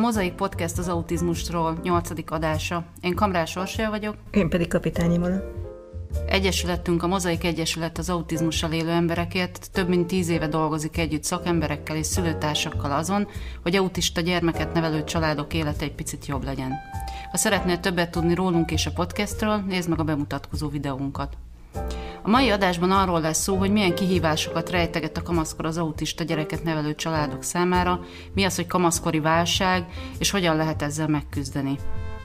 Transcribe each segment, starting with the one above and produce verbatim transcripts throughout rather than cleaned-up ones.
a Mozaik Podcast az autizmusról nyolcadik adása. Én Kamrás Orsolya vagyok. Én pedig Kapitány Imola. Egyesületünk, a Mozaik Egyesület az autizmussal élő emberekért több mint tíz éve dolgozik együtt szakemberekkel és szülőtársakkal azon, hogy autista gyermeket nevelő családok élete egy picit jobb legyen. Ha szeretnél többet tudni rólunk és a podcastről, nézd meg a bemutatkozó videónkat. A mai adásban arról lesz szó, hogy milyen kihívásokat rejteget a kamaszkor az autista gyereket nevelő családok számára, mi az, hogy kamaszkori válság, és hogyan lehet ezzel megküzdeni.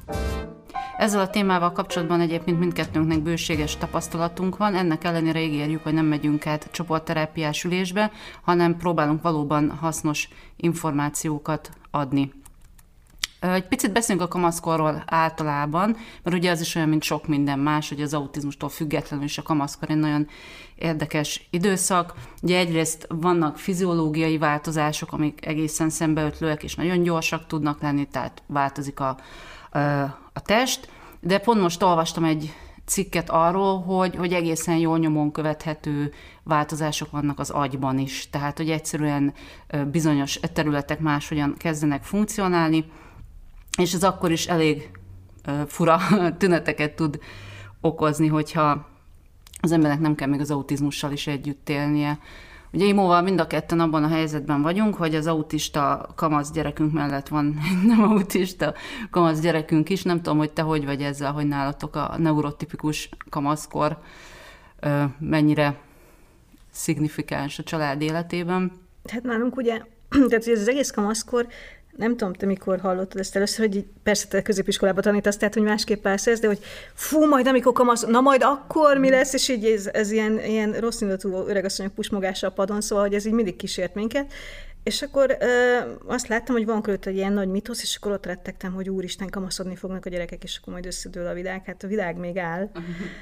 Ezzel a témával kapcsolatban egyébként mindkettőnknek bőséges tapasztalatunk van, ennek ellenére ígérjük, hogy nem megyünk át csoportterápiás ülésbe, hanem próbálunk valóban hasznos információkat adni. Egy picit beszélünk a kamaszkorról általában, mert ugye az is olyan, mint sok minden más, hogy az autizmustól függetlenül is a kamaszkor egy nagyon érdekes időszak. Ugye egyrészt vannak fiziológiai változások, amik egészen szembeötlőek és nagyon gyorsak tudnak lenni, tehát változik a, a test, de pont most olvastam egy cikket arról, hogy, hogy egészen jól nyomon követhető változások vannak az agyban is, tehát hogy egyszerűen bizonyos területek máshogyan kezdenek funkcionálni, és ez akkor is elég uh, fura tüneteket tud okozni, hogyha az embernek nem kell még az autizmussal is együtt élnie. Ugye Imóval mind a ketten abban a helyzetben vagyunk, hogy az autista kamasz gyerekünk mellett van egy nem autista kamasz gyerekünk is. Nem tudom, hogy te hogy vagy ezzel, hogy nálatok a neurotipikus kamaszkor uh, mennyire szignifikáns a család életében. Hát nálunk ugye, tehát ez az egész kamaszkor, nem tudom, te mikor hallottad ezt először, hogy persze te középiskolában tanítasz, tehát, hogy másképp állsz ez, de hogy fú, majd amikor kamasz, na majd akkor mi lesz, és így ez, ez ilyen, ilyen rossz indulatú öregasszonyok pusmogása a padon, szóval, hogy ez így mindig kísért minket. És akkor ö, azt láttam, hogy van körülött egy ilyen nagy mitosz, és akkor ott rettegtem, hogy úristen, kamaszodni fognak a gyerekek, és akkor majd összedől a világ. Hát a világ még áll,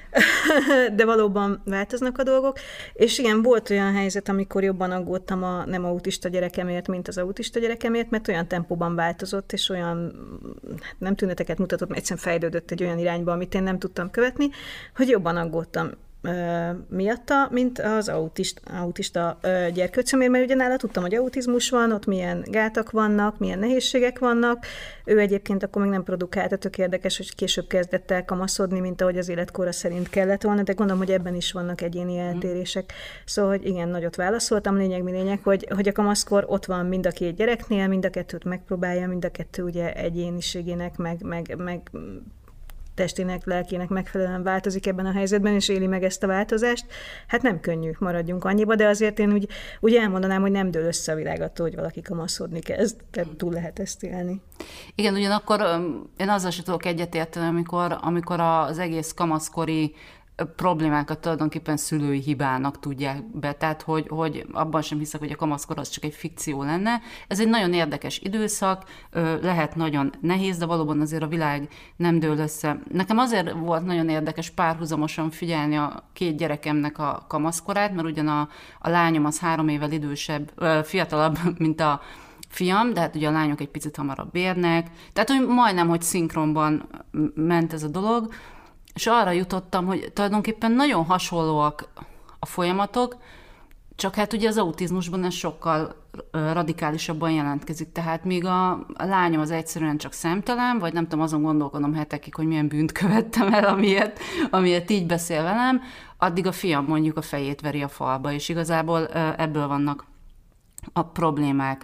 de valóban változnak a dolgok. És igen, volt olyan helyzet, amikor jobban aggódtam a nem autista gyerekemért, mint az autista gyerekemért, mert olyan tempóban változott, és olyan nem tüneteket mutatott, mert egyszerűen fejlődött egy olyan irányba, amit én nem tudtam követni, hogy jobban aggódtam miatta, mint az autista, autista gyerkőcömért, mert ugye nála tudtam, hogy autizmus van, ott milyen gátak vannak, milyen nehézségek vannak. Ő egyébként akkor még nem produkálta, tök érdekes, hogy később kezdett el kamaszodni, mint ahogy az életkora szerint kellett volna, de gondolom, hogy ebben is vannak egyéni eltérések. Szóval, hogy igen, nagyot válaszoltam, lényeg mi lényeg, hogy, hogy a kamaszkor ott van mind a két gyereknél, mind a kettőt megpróbálja, mind a kettő ugye egyéniségének, meg, meg, meg testének, lelkének megfelelően változik ebben a helyzetben, és éli meg ezt a változást. Hát nem könnyű, maradjunk annyiba, de azért én úgy, úgy elmondanám, hogy nem dől össze a világ attól, hogy valaki kamaszodni kezd, tehát túl lehet ezt élni. Igen, ugyanakkor én azzal sem tudok egyetérteni, amikor, amikor az egész kamaszkori problémákat tulajdonképpen szülői hibának tudják be, tehát hogy, hogy abban sem hiszek, hogy a kamaszkor az csak egy fikció lenne. Ez egy nagyon érdekes időszak, lehet nagyon nehéz, de valóban azért a világ nem dől össze. Nekem azért volt nagyon érdekes párhuzamosan figyelni a két gyerekemnek a kamaszkorát, mert ugyan a, a lányom az három évvel idősebb, fiatalabb, mint a fiam, de hát ugye a lányok egy picit hamarabb érnek, tehát hogy majdnem, hogy szinkronban ment ez a dolog, és arra jutottam, hogy tulajdonképpen nagyon hasonlóak a folyamatok, csak hát ugye az autizmusban ez sokkal radikálisabban jelentkezik. Tehát míg a, a lányom az egyszerűen csak szemtelen, vagy nem tudom, azon gondolkodom hetekig, hogy milyen bűnt követtem el, amiért, amiért így beszél velem, addig a fiam mondjuk a fejét veri a falba, és igazából ebből vannak a problémák.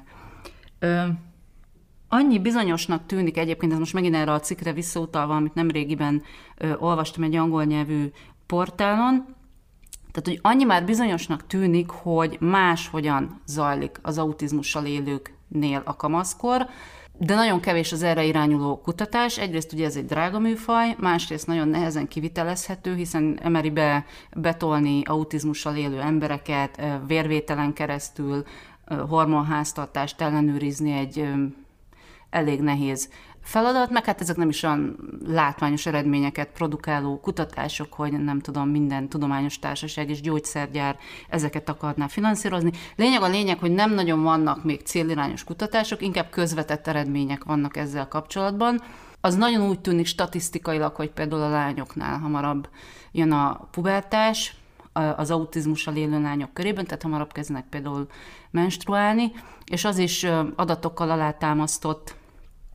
Annyi bizonyosnak tűnik egyébként, ez most megint erre a cikkre visszautalva, amit nemrégiben ö, olvastam egy angol nyelvű portálon, tehát, hogy annyi már bizonyosnak tűnik, hogy máshogyan zajlik az autizmussal élőknél a kamaszkor, de nagyon kevés az erre irányuló kutatás. Egyrészt ugye ez egy drága műfaj, másrészt nagyon nehezen kivitelezhető, hiszen emeri be betolni autizmussal élő embereket, vérvételen keresztül, hormonháztartást ellenőrizni egy elég nehéz feladat, meg hát ezek nem is olyan látványos eredményeket produkáló kutatások, hogy nem tudom, minden tudományos társaság és gyógyszergyár ezeket akarná finanszírozni. Lényeg a lényeg, hogy nem nagyon vannak még célirányos kutatások, inkább közvetett eredmények vannak ezzel kapcsolatban. Az nagyon úgy tűnik statisztikailag, hogy például a lányoknál hamarabb jön a pubertás, az autizmussal élő lányok körében, tehát hamarabb kezdenek például menstruálni, és az is adatokkal alátámasztott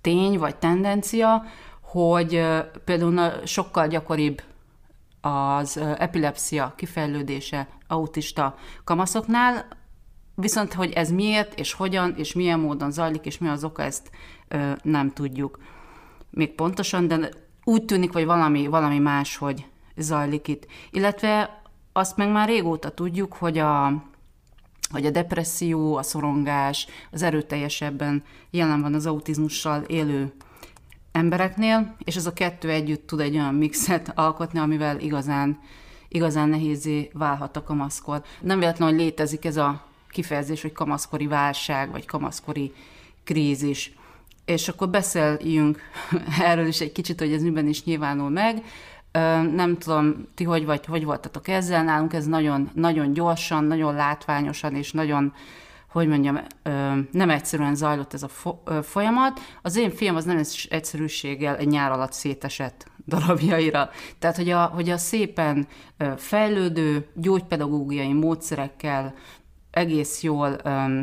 tény vagy tendencia, hogy például sokkal gyakoribb az epilepszia kifejlődése autista kamaszoknál, viszont hogy ez miért, és hogyan, és milyen módon zajlik, és mi az oka, ezt ö, nem tudjuk még pontosan, de úgy tűnik, hogy valami, valami máshogy zajlik itt. Illetve azt meg már régóta tudjuk, hogy a, hogy a depresszió, a szorongás az erőteljesebben jelen van az autizmussal élő embereknél, és ez a kettő együtt tud egy olyan mixet alkotni, amivel igazán, igazán nehézé válhat a kamaszkor. Nem véletlenül, hogy létezik ez a kifejezés, hogy kamaszkori válság, vagy kamaszkori krízis. És akkor beszéljünk erről is egy kicsit, hogy ez miben is nyilvánul meg. Nem tudom, ti hogy, vagy, hogy voltatok ezzel, nálunk ez nagyon, nagyon gyorsan, nagyon látványosan, és nagyon, hogy mondjam, nem egyszerűen zajlott ez a folyamat. Az én fiam az nem egyszerűséggel egy nyár alatt szétesett darabjaira. Tehát, hogy a, hogy a szépen fejlődő gyógypedagógiai módszerekkel egész jól,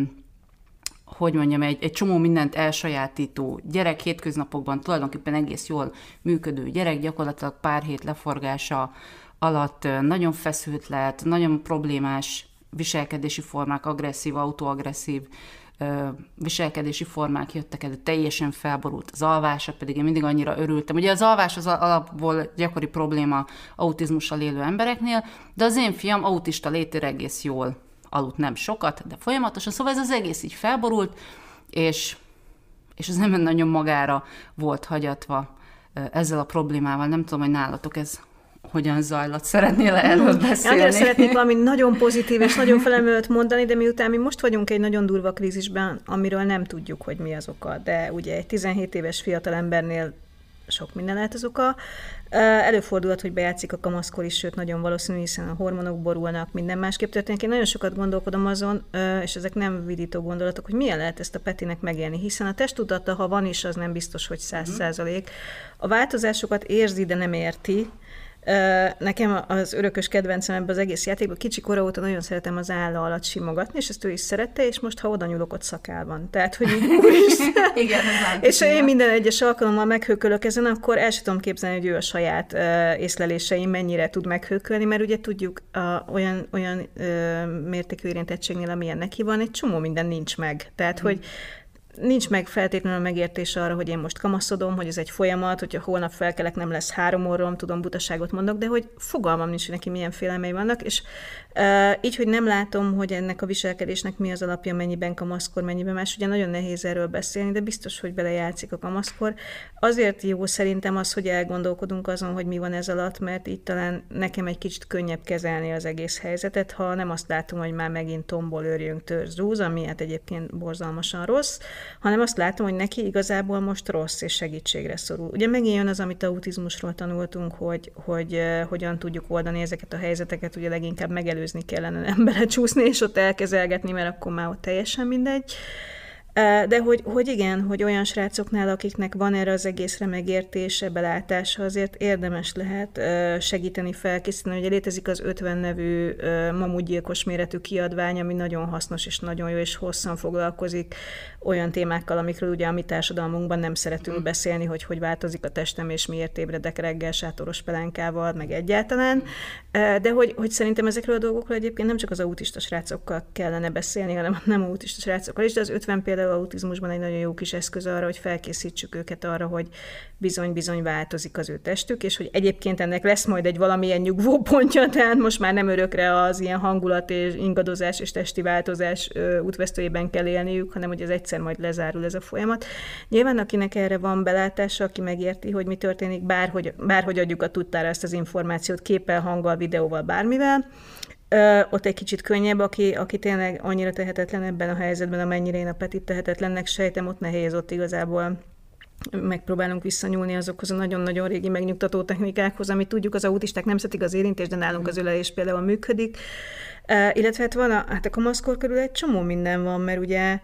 hogy mondjam, egy, egy csomó mindent elsajátító gyerek, hétköznapokban tulajdonképpen egész jól működő gyerek, gyakorlatilag pár hét leforgása alatt nagyon feszült lett, nagyon problémás viselkedési formák, agresszív, autoagresszív viselkedési formák jöttek elő, teljesen felborult az alvása, pedig én mindig annyira örültem. Ugye az alvás az alapból gyakori probléma autizmussal élő embereknél, de az én fiam autista létére egész jól aludt, nem sokat, de folyamatosan, szóval ez az egész így felborult, és, és az nem nagyon magára volt hagyatva ezzel a problémával. Nem tudom, hogy nálatok ez hogyan zajlott. Szeretnél erről beszélni? Annyira szeretnék valami nagyon pozitív és nagyon felemelőt mondani, de miután mi most vagyunk egy nagyon durva krízisben, amiről nem tudjuk, hogy mi az oka, de ugye egy tizenhét éves fiatalembernél sok minden lehet az oka. Előfordulhat, hogy bejátszik a kamaszkor is, sőt nagyon valószínű, hiszen a hormonok borulnak, minden másképp történik. Én nagyon sokat gondolkodom azon, és ezek nem vidító gondolatok, hogy milyen lehet ezt a Petinek megélni, hiszen a testudata, ha van is, az nem biztos, hogy száz százalék. A változásokat érzi, de nem érti. Nekem az örökös kedvencem ebben az egész játékban, kicsi kora óta nagyon szeretem az álla alatt simogatni, és ezt ő is szerette, és most, ha oda nyúlok, ott szakál van. Tehát, hogy igen, és ha én minden egyes alkalommal meghőkölök ezen, akkor el sem tudom képzelni, hogy ő a saját uh, észleléseim mennyire tud meghőkölni, mert ugye tudjuk, uh, olyan, olyan uh, mértékű érintettségnél, amilyen neki van, egy csomó minden nincs meg. Tehát, mm. hogy nincs meg feltétlenül a megértés arra, hogy én most kamaszodom, hogy ez egy folyamat, hogyha holnap felkelek, nem lesz három orrom, tudom, butaságot mondok, de hogy fogalmam nincs, hogy neki milyen félelmei vannak, és uh, így, hogy nem látom, hogy ennek a viselkedésnek mi az alapja, mennyiben kamaszkor, mennyiben más, ugye nagyon nehéz erről beszélni, de biztos, hogy belejátszik a kamaszkor. Azért jó szerintem az, hogy elgondolkodunk azon, hogy mi van ez alatt, mert így talán nekem egy kicsit könnyebb kezelni az egész helyzetet, ha nem azt látom, hogy már megint tombol, őrjünk, törz, rúz, ami hát egyébként borzalmasan rossz, hanem azt látom, hogy neki igazából most rossz és segítségre szorul. Ugye megint jön az, amit autizmusról tanultunk, hogy, hogy uh, hogyan tudjuk oldani ezeket a helyzeteket, ugye leginkább megelőzni kellene, nem belecsúszni, és ott elkezelgetni, mert akkor már ott teljesen mindegy. De hogy, hogy igen, hogy olyan srácoknál, akiknek van erre az egészre megértése, belátása, azért érdemes lehet segíteni, felkészíteni. Ugye létezik az ötven nevű mamutgyilkos méretű kiadvány, ami nagyon hasznos és nagyon jó, és hosszan foglalkozik olyan témákkal, amikről ugye a mi társadalmunkban nem szeretünk beszélni, hogy hogy változik a testem, és miért ébredek reggel sátoros pelánkával, meg egyáltalán. De hogy, hogy szerintem ezekről a dolgokról egyébként nem csak az autista srácokkal kellene beszélni, hanem a nem autista srácokkal is, de az ötven például autizmusban egy nagyon jó kis eszköz arra, hogy felkészítsük őket arra, hogy bizony-bizony változik az ő testük, és hogy egyébként ennek lesz majd egy valamilyen nyugvópontja, tehát most már nem örökre az ilyen hangulat és ingadozás és testi változás útvesztőjében kell élniük, hanem hogy ez egyszer majd lezárul ez a folyamat. Nyilván akinek erre van belátása, aki megérti, hogy mi történik, bárhogy, bárhogy adjuk a tudtára ezt az információt képpel, hanggal, videóval, bármivel, Ö, ott egy kicsit könnyebb, aki, aki tényleg annyira tehetetlen ebben a helyzetben, amennyire én a Petit tehetetlennek sejtem, ott nehéz, ott igazából megpróbálunk visszanyúlni azokhoz a nagyon-nagyon régi megnyugtató technikákhoz, amit tudjuk, az autisták nem szeretik az érintést, de nálunk az ölelés például működik. Uh, illetve hát van a, hát a kamaszkor körül egy csomó minden van, mert ugye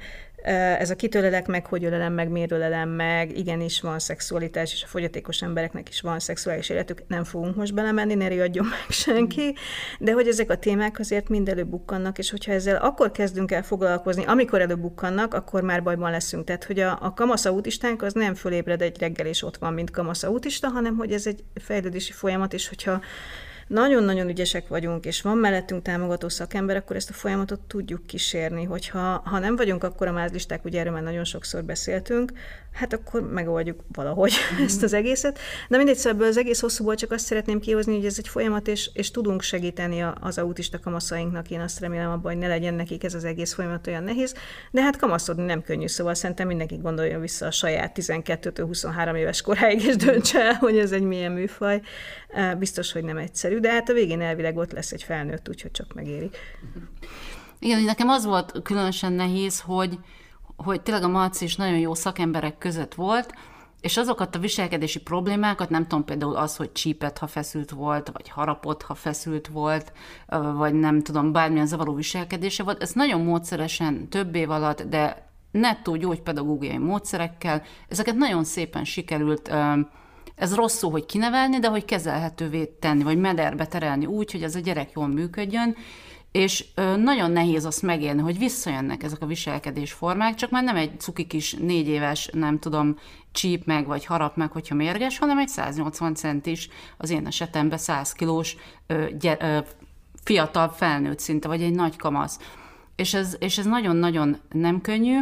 Ez a kitől ölelek meg, hogy ölelem meg, miért ölelem meg, igenis van szexualitás, és a fogyatékos embereknek is van szexuális életük, nem fogunk most belemenni, ne riadjon meg senki, de hogy ezek a témák azért mind előbukkannak, és hogyha ezzel akkor kezdünk el foglalkozni, amikor előbukkannak, akkor már bajban leszünk. Tehát, hogy a, a kamasz autistánk az nem fölébred egy reggel, és ott van, mint kamasz autista, hanem hogy ez egy fejlődési folyamat, és hogyha nagyon-nagyon ügyesek vagyunk, és van mellettünk támogató szakember, akkor ezt a folyamatot tudjuk kísérni, hogyha ha nem vagyunk akkor a mázlisták, ugye erről már nagyon sokszor beszéltünk, hát akkor megoldjuk valahogy mm. ezt az egészet. De mindegy, szóval ebből az egész hosszúból csak azt szeretném kihozni, hogy ez egy folyamat, és, és tudunk segíteni az autista kamaszainknak. Én azt remélem abban, hogy ne legyen nekik ez az egész folyamat olyan nehéz. De hát kamaszodni nem könnyű, szóval szerintem mindenki gondoljon vissza a saját tizenkettőtől huszonhárom éves koráig, és döntse el, hogy ez egy milyen műfaj. Biztos, hogy nem egyszerű, de hát a végén elvileg ott lesz egy felnőtt, úgyhogy csak megéri. Igen, nekem az volt különösen nehéz, hogy hogy tényleg a Marci is nagyon jó szakemberek között volt, és azokat a viselkedési problémákat, nem tudom, például az, hogy csípett, ha feszült volt, vagy harapott, ha feszült volt, vagy nem tudom, bármilyen zavaró viselkedése volt, ez nagyon módszeresen több év alatt, de nettó gyógypedagógiai módszerekkel, ezeket nagyon szépen sikerült, ez rosszul, hogy kinevelni, de hogy kezelhetővé tenni, vagy mederbe terelni úgy, hogy ez a gyerek jól működjön, és nagyon nehéz azt megélni, hogy visszajönnek ezek a viselkedésformák, csak már nem egy cuki kis négy éves, nem tudom, csíp meg, vagy harap meg, hogyha mérges, hanem egy száznyolcvan centis, az én esetemben száz kilós gyere, fiatal felnőtt szinte, vagy egy nagy kamasz. És ez, és ez nagyon-nagyon nem könnyű,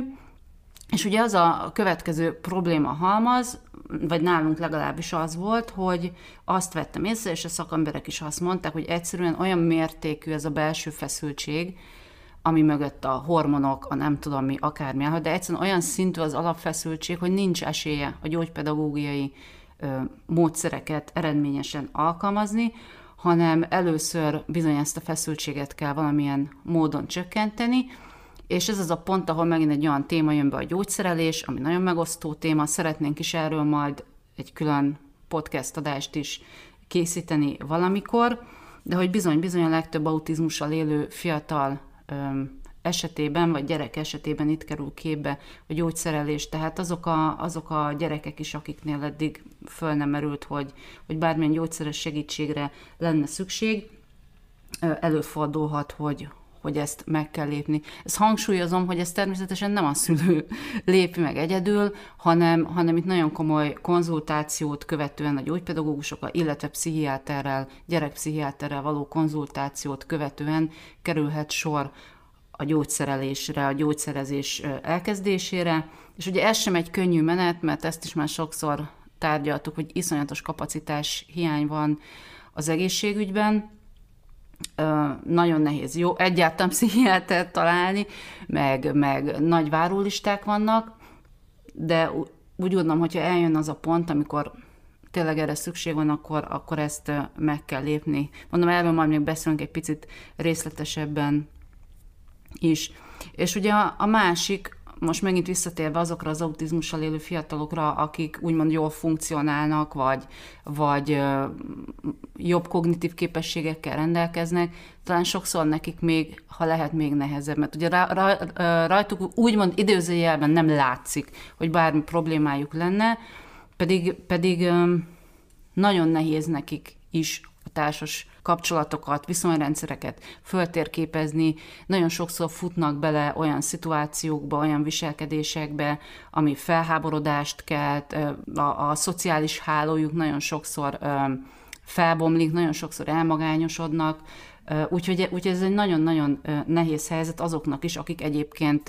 és ugye az a következő probléma halmaz, vagy nálunk legalábbis az volt, hogy azt vettem észre, és a szakemberek is azt mondták, hogy egyszerűen olyan mértékű ez a belső feszültség, ami mögött a hormonok, a nem tudom mi, akármi, de egyszerűen olyan szintű az alapfeszültség, hogy nincs esélye a gyógypedagógiai ö, módszereket eredményesen alkalmazni, hanem először bizony ezt a feszültséget kell valamilyen módon csökkenteni, és ez az a pont, ahol megint egy olyan téma jön be, a gyógyszerelés, ami nagyon megosztó téma, szeretnénk is erről majd egy külön podcast adást is készíteni valamikor, de hogy bizony-bizony a legtöbb autizmussal élő fiatal öm, esetében, vagy gyerek esetében itt kerül képbe a gyógyszerelés, tehát azok a, azok a gyerekek is, akiknél eddig föl nem merült, hogy, hogy bármilyen gyógyszeres segítségre lenne szükség, előfordulhat, hogy hogy ezt meg kell lépni. Ezt hangsúlyozom, hogy ez természetesen nem a szülő lépi meg egyedül, hanem, hanem itt nagyon komoly konzultációt követően a gyógypedagógusokkal, illetve pszichiáterrel, gyerekpszichiáterrel való konzultációt követően kerülhet sor a gyógyszerelésre, a gyógyszerezés elkezdésére. És ugye ez sem egy könnyű menet, mert ezt is már sokszor tárgyaltuk, hogy iszonyatos kapacitás hiány van az egészségügyben. Ö, nagyon nehéz. Jó, egyáltalán pszichiátert találni, meg, meg nagy várólisták vannak, de úgy gondolom, hogyha eljön az a pont, amikor tényleg erre szükség van, akkor, akkor ezt meg kell lépni. Mondom, erről majd még beszélünk egy picit részletesebben is. És ugye a, a másik, most megint visszatérve azokra az autizmussal élő fiatalokra, akik úgymond jól funkcionálnak, vagy, vagy ö, jobb kognitív képességekkel rendelkeznek, talán sokszor nekik még, ha lehet, még nehezebb, mert ugye rá, rá, rajtuk úgymond időzőjelben nem látszik, hogy bármi problémájuk lenne, pedig, pedig ö, nagyon nehéz nekik is a társas kapcsolatokat, viszonyrendszereket föltérképezni, nagyon sokszor futnak bele olyan szituációkba, olyan viselkedésekbe, ami felháborodást kelt, a, a szociális hálójuk nagyon sokszor felbomlik, nagyon sokszor elmagányosodnak, úgyhogy, úgyhogy ez egy nagyon-nagyon nehéz helyzet azoknak is, akik egyébként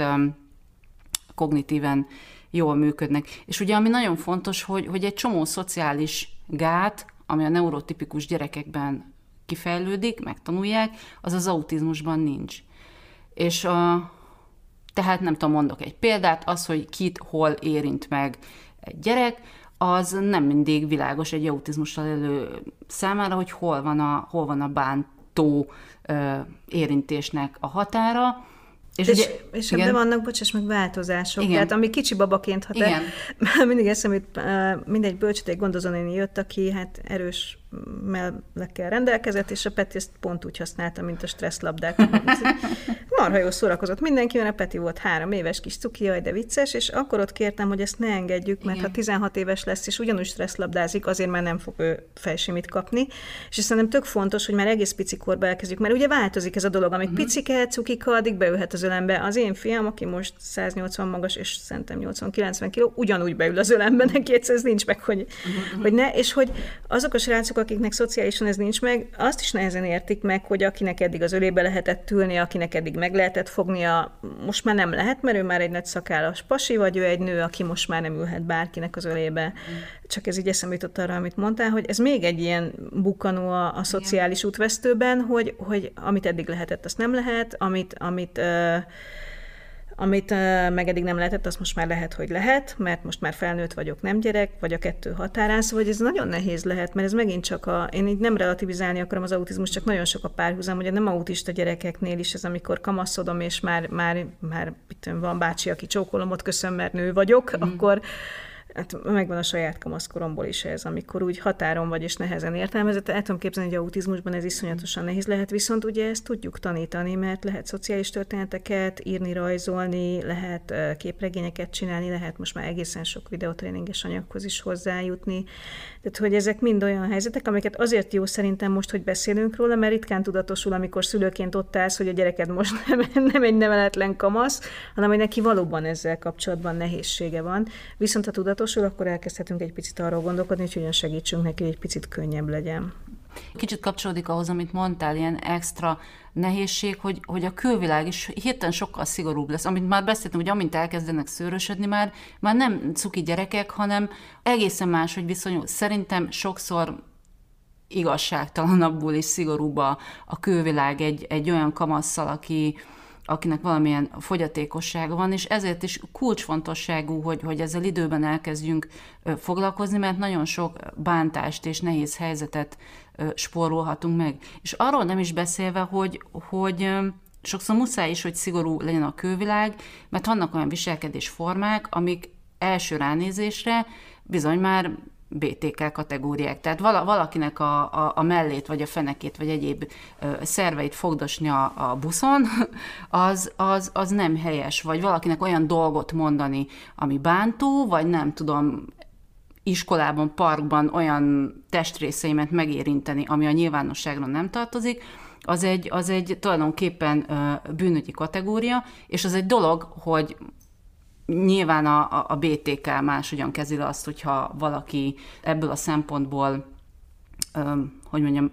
kognitíven jól működnek. És ugye ami nagyon fontos, hogy, hogy egy csomó szociális gát, ami a neurotipikus gyerekekben kifejlődik, megtanulják, az az autizmusban nincs. És a, tehát nem tudom, mondok egy példát, az, hogy kit hol érint meg egy gyerek, az nem mindig világos egy autizmussal élő számára, hogy hol van a, hol van a bántó ö, érintésnek a határa. És, és, ugye, és ebben vannak, bocsáss meg, változások. Igen. Tehát ami kicsi babaként hat el, mindig eszemét, mindegy bölcsödék gondozónéni jött, aki hát erős mellekkel rendelkezett, és a Peti ezt pont úgy használta, mint a stresszlabdát. Marha jól szórakozott mindenki, mert a Peti volt három éves kis cuki, jaj, de vicces, és akkor ott kértem, hogy ezt ne engedjük, mert igen. Ha tizenhat éves lesz, és ugyanúgy stresszlabdázik, azért már nem fog ő fejsimit kapni. És szerintem tök fontos, hogy már egész picikorba elkezdjük, mert ugye változik ez a dolog, amíg uh-huh. picike, cukika, addig beülhet az ölembe. Az én fiam, aki most száznyolcvan magas, és szerintem nyolcvan-kilencven kiló, ugyanúgy beül az ölembe, neki egyszer ez nincs meg, hogy, uh-huh. hogy ne, és hogy azok a srácok, akiknek szociálisan ez nincs meg, azt is nehezen értik meg, hogy akinek eddig az ölébe lehetett ülni, akinek eddig meg lehetett fognia, most már nem lehet, mert ő már egy nagy szakállas pasi, vagy ő egy nő, aki most már nem ülhet bárkinek az ölébe. Csak ez így eszembe jutott arra, amit mondtál, hogy ez még egy ilyen bukkanó a, a szociális útvesztőben, hogy, hogy amit eddig lehetett, azt nem lehet, amit, amit, uh, amit uh, meg eddig nem lehetett, azt most már lehet, hogy lehet, mert most már felnőtt vagyok, nem gyerek, vagy a kettő határán, szóval ez nagyon nehéz lehet, mert ez megint csak a, én így nem relativizálni akarom az autizmus, csak nagyon sok a párhuzam, hogy nem autista gyerekeknél is ez, amikor kamaszodom, és már, már, már tudom, van bácsi, aki csókolomot köszön, mert nő vagyok, mm. akkor hát megvan a saját kamaszkoromból is ez, amikor úgy határon vagy és nehezen értelmezett. El tudom képzelni, hogy autizmusban ez iszonyatosan nehéz lehet, viszont ugye ezt tudjuk tanítani, mert lehet szociális történeteket írni, rajzolni, lehet képregényeket csinálni, lehet most már egészen sok videótréninges anyaghoz is hozzájutni. Tehát, hogy ezek mind olyan helyzetek, amiket azért jó szerintem most, hogy beszélünk róla, mert ritkán tudatosul, amikor szülőként ott állsz, hogy a gyereked most nem, nem egy neveletlen kamasz, hanem hogy neki valóban ezzel kapcsolatban nehézsége van. Viszont ha tudatosul, akkor elkezdhetünk egy picit arról gondolkodni, hogy hogyan segítsünk neki, hogy egy picit könnyebb legyen. Kicsit kapcsolódik ahhoz, amit mondtál, ilyen extra nehézség, hogy, hogy a külvilág is hirtelen sokkal szigorúbb lesz. Amit már beszéltem, hogy amint elkezdenek szőrösödni, már, már nem cuki gyerekek, hanem egészen más, hogy viszonyul. Szerintem sokszor igazságtalanabbul és szigorúbb a, a külvilág egy, egy olyan kamasszal, aki akinek valamilyen fogyatékossága van, és ezért is kulcsfontosságú, hogy, hogy ezzel időben elkezdjünk foglalkozni, mert nagyon sok bántást és nehéz helyzetet spórolhatunk meg. És arról nem is beszélve, hogy, hogy sokszor muszáj is, hogy szigorú legyen a külvilág, mert vannak olyan viselkedésformák, amik első ránézésre bizony már bé té ká kategóriák. Tehát valakinek a, a, a mellét, vagy a fenekét, vagy egyéb szerveit fogdosni a, a buszon, az, az, az nem helyes. Vagy valakinek olyan dolgot mondani, ami bántó, vagy nem tudom, iskolában, parkban olyan testrészeimet megérinteni, ami a nyilvánosságra nem tartozik, az egy, az egy tulajdonképpen bűnügyi kategória, és az egy dolog, hogy nyilván a, a bé té ká máshogyan kezeli azt, hogyha valaki ebből a szempontból, öm, hogy mondjam,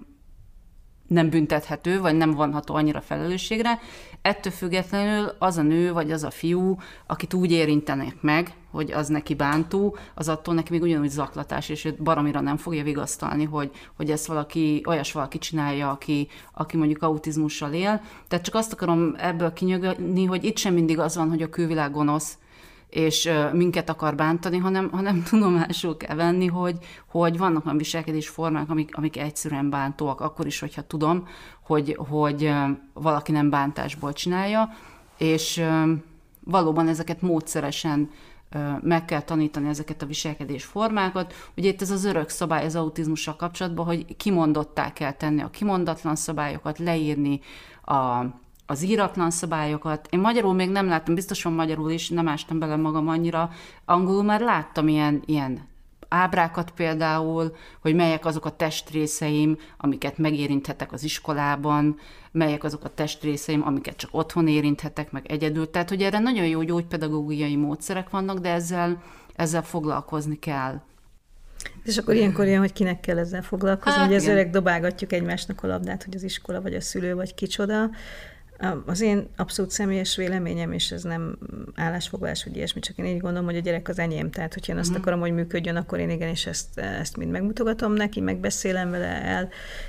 nem büntethető, vagy nem vonható annyira felelősségre. Ettől függetlenül az a nő, vagy az a fiú, akit úgy érintenek meg, hogy az neki bántó, az attól neki még ugyanúgy zaklatás, és őt baromira nem fogja vigasztalni, hogy, hogy ezt valaki, olyas valaki csinálja, aki, aki mondjuk autizmussal él. Tehát csak azt akarom ebből kinyögni, hogy itt sem mindig az van, hogy a külvilág gonosz, és minket akar bántani, hanem, hanem tudomásul kell venni, hogy, hogy vannak olyan viselkedésformák, amik, amik egyszerűen bántóak, akkor is, hogyha tudom, hogy, hogy valaki nem bántásból csinálja, és valóban ezeket módszeresen meg kell tanítani, ezeket a viselkedésformákat. Ugye itt ez az örök szabály az autizmussal kapcsolatban, hogy kimondottá kell tenni a kimondatlan szabályokat, leírni a az íratlan szabályokat. Én magyarul még nem láttam, biztosan magyarul is, nem ástam bele magam annyira. Angolul már láttam ilyen, ilyen ábrákat például, hogy melyek azok a testrészeim, amiket megérinthetek az iskolában, melyek azok a testrészeim, amiket csak otthon érinthetek, meg egyedül. Tehát, hogy erre nagyon jó gyógypedagógiai módszerek vannak, de ezzel, ezzel foglalkozni kell. És akkor ilyenkor ilyen, hogy kinek kell ezzel foglalkozni, hát, hogy ezzel dobálgatjuk egymásnak a labdát, hogy az iskola, vagy a szülő, vagy kicsoda. Az én abszolút személyes véleményem, és ez nem állásfoglalás, hogy ilyesmi, csak én így gondolom, hogy a gyerek az enyém. Tehát, hogyha én azt mm. akarom, hogy működjön, akkor én igenis ezt, ezt mind megmutogatom neki, megbeszélem vele, el,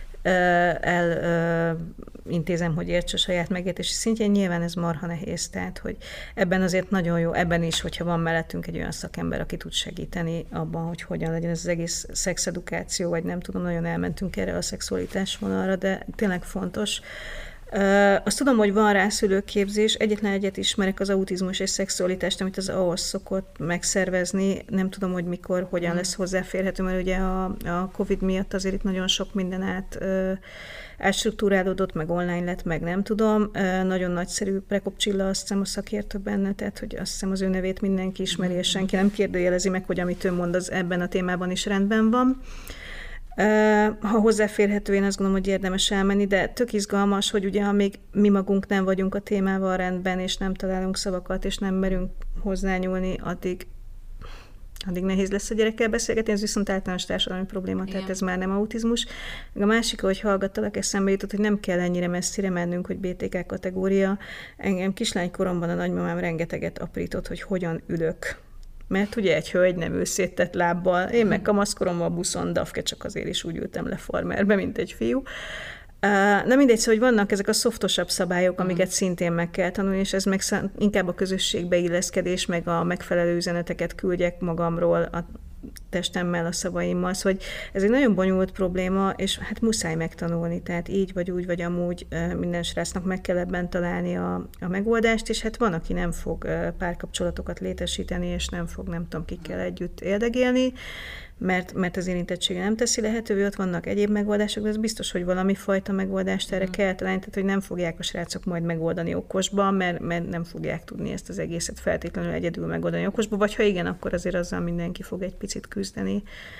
el, el intézem, hogy értse a saját megértési szintjén. Nyilván ez marha nehéz, tehát, hogy ebben azért nagyon jó, ebben is, hogyha van mellettünk egy olyan szakember, aki tud segíteni abban, hogy hogyan legyen ez az egész szexedukáció, vagy nem tudom, nagyon elmentünk erre a szexualitás vonalra, de tényleg fontos. Azt tudom, hogy van rá szülőképzés, egyetlen egyet ismerek, az autizmus és szexualitást, amit az á o es szokott megszervezni. Nem tudom, hogy mikor, hogyan lesz hozzáférhető, mert ugye a, a Covid miatt azért itt nagyon sok minden át átstruktúrálódott, meg online lett, meg nem tudom. Nagyon nagyszerű Prekop Csilla, azt hiszem a szakértő benne, tehát hogy azt hiszem az ő nevét mindenki ismeri, és senki nem kérdőjelezi meg, hogy amit ő mond, az ebben a témában is rendben van. Ha hozzáférhető, én azt gondolom, hogy érdemes elmenni, de tök izgalmas, hogy ugye, ha még mi magunk nem vagyunk a témával rendben, és nem találunk szavakat, és nem merünk hozzányúlni, addig, addig nehéz lesz a gyerekkel beszélgetni, ez viszont általános társadalmi probléma, igen. Tehát ez már nem autizmus. A másik, hogy hallgattalak, eszembe jutott, hogy nem kell ennyire messzire mennünk, hogy bé té ká kategória. Engem kislánykoromban a nagymamám rengeteget aprított, hogy hogyan ülök. Mert ugye egy hölgy nem ül széttett lábbal, én meg kamaszkoromban a buszon, dafke csak azért is úgy ültem le farmerbe, mint egy fiú. Na mindegy, szóval, hogy vannak ezek a szoftosabb szabályok, amiket szintén meg kell tanulni, és ez meg inkább a közösségbe illeszkedés, meg a megfelelő üzeneteket küldjek magamról a testemmel, a szavaimmal, szóval, hogy ez egy nagyon bonyolult probléma, és hát muszáj megtanulni, tehát így vagy úgy, vagy amúgy minden srácnak meg kell ebben találni a, a megoldást, és hát van, aki nem fog párkapcsolatokat létesíteni, és nem fog, nem tudom, kikkel együtt éldegélni, mert, mert az érintettsége nem teszi lehetővé, ott vannak egyéb megoldások, de ez biztos, hogy valami fajta megoldást erre mm. kell találni, tehát hogy nem fogják a srácok majd megoldani okosban, mert, mert nem fogják tudni ezt az egészet feltétlenül egyedül megoldani okosban, vagy ha igen, akkor azért azzal mindenki fog egy picit küzdeni.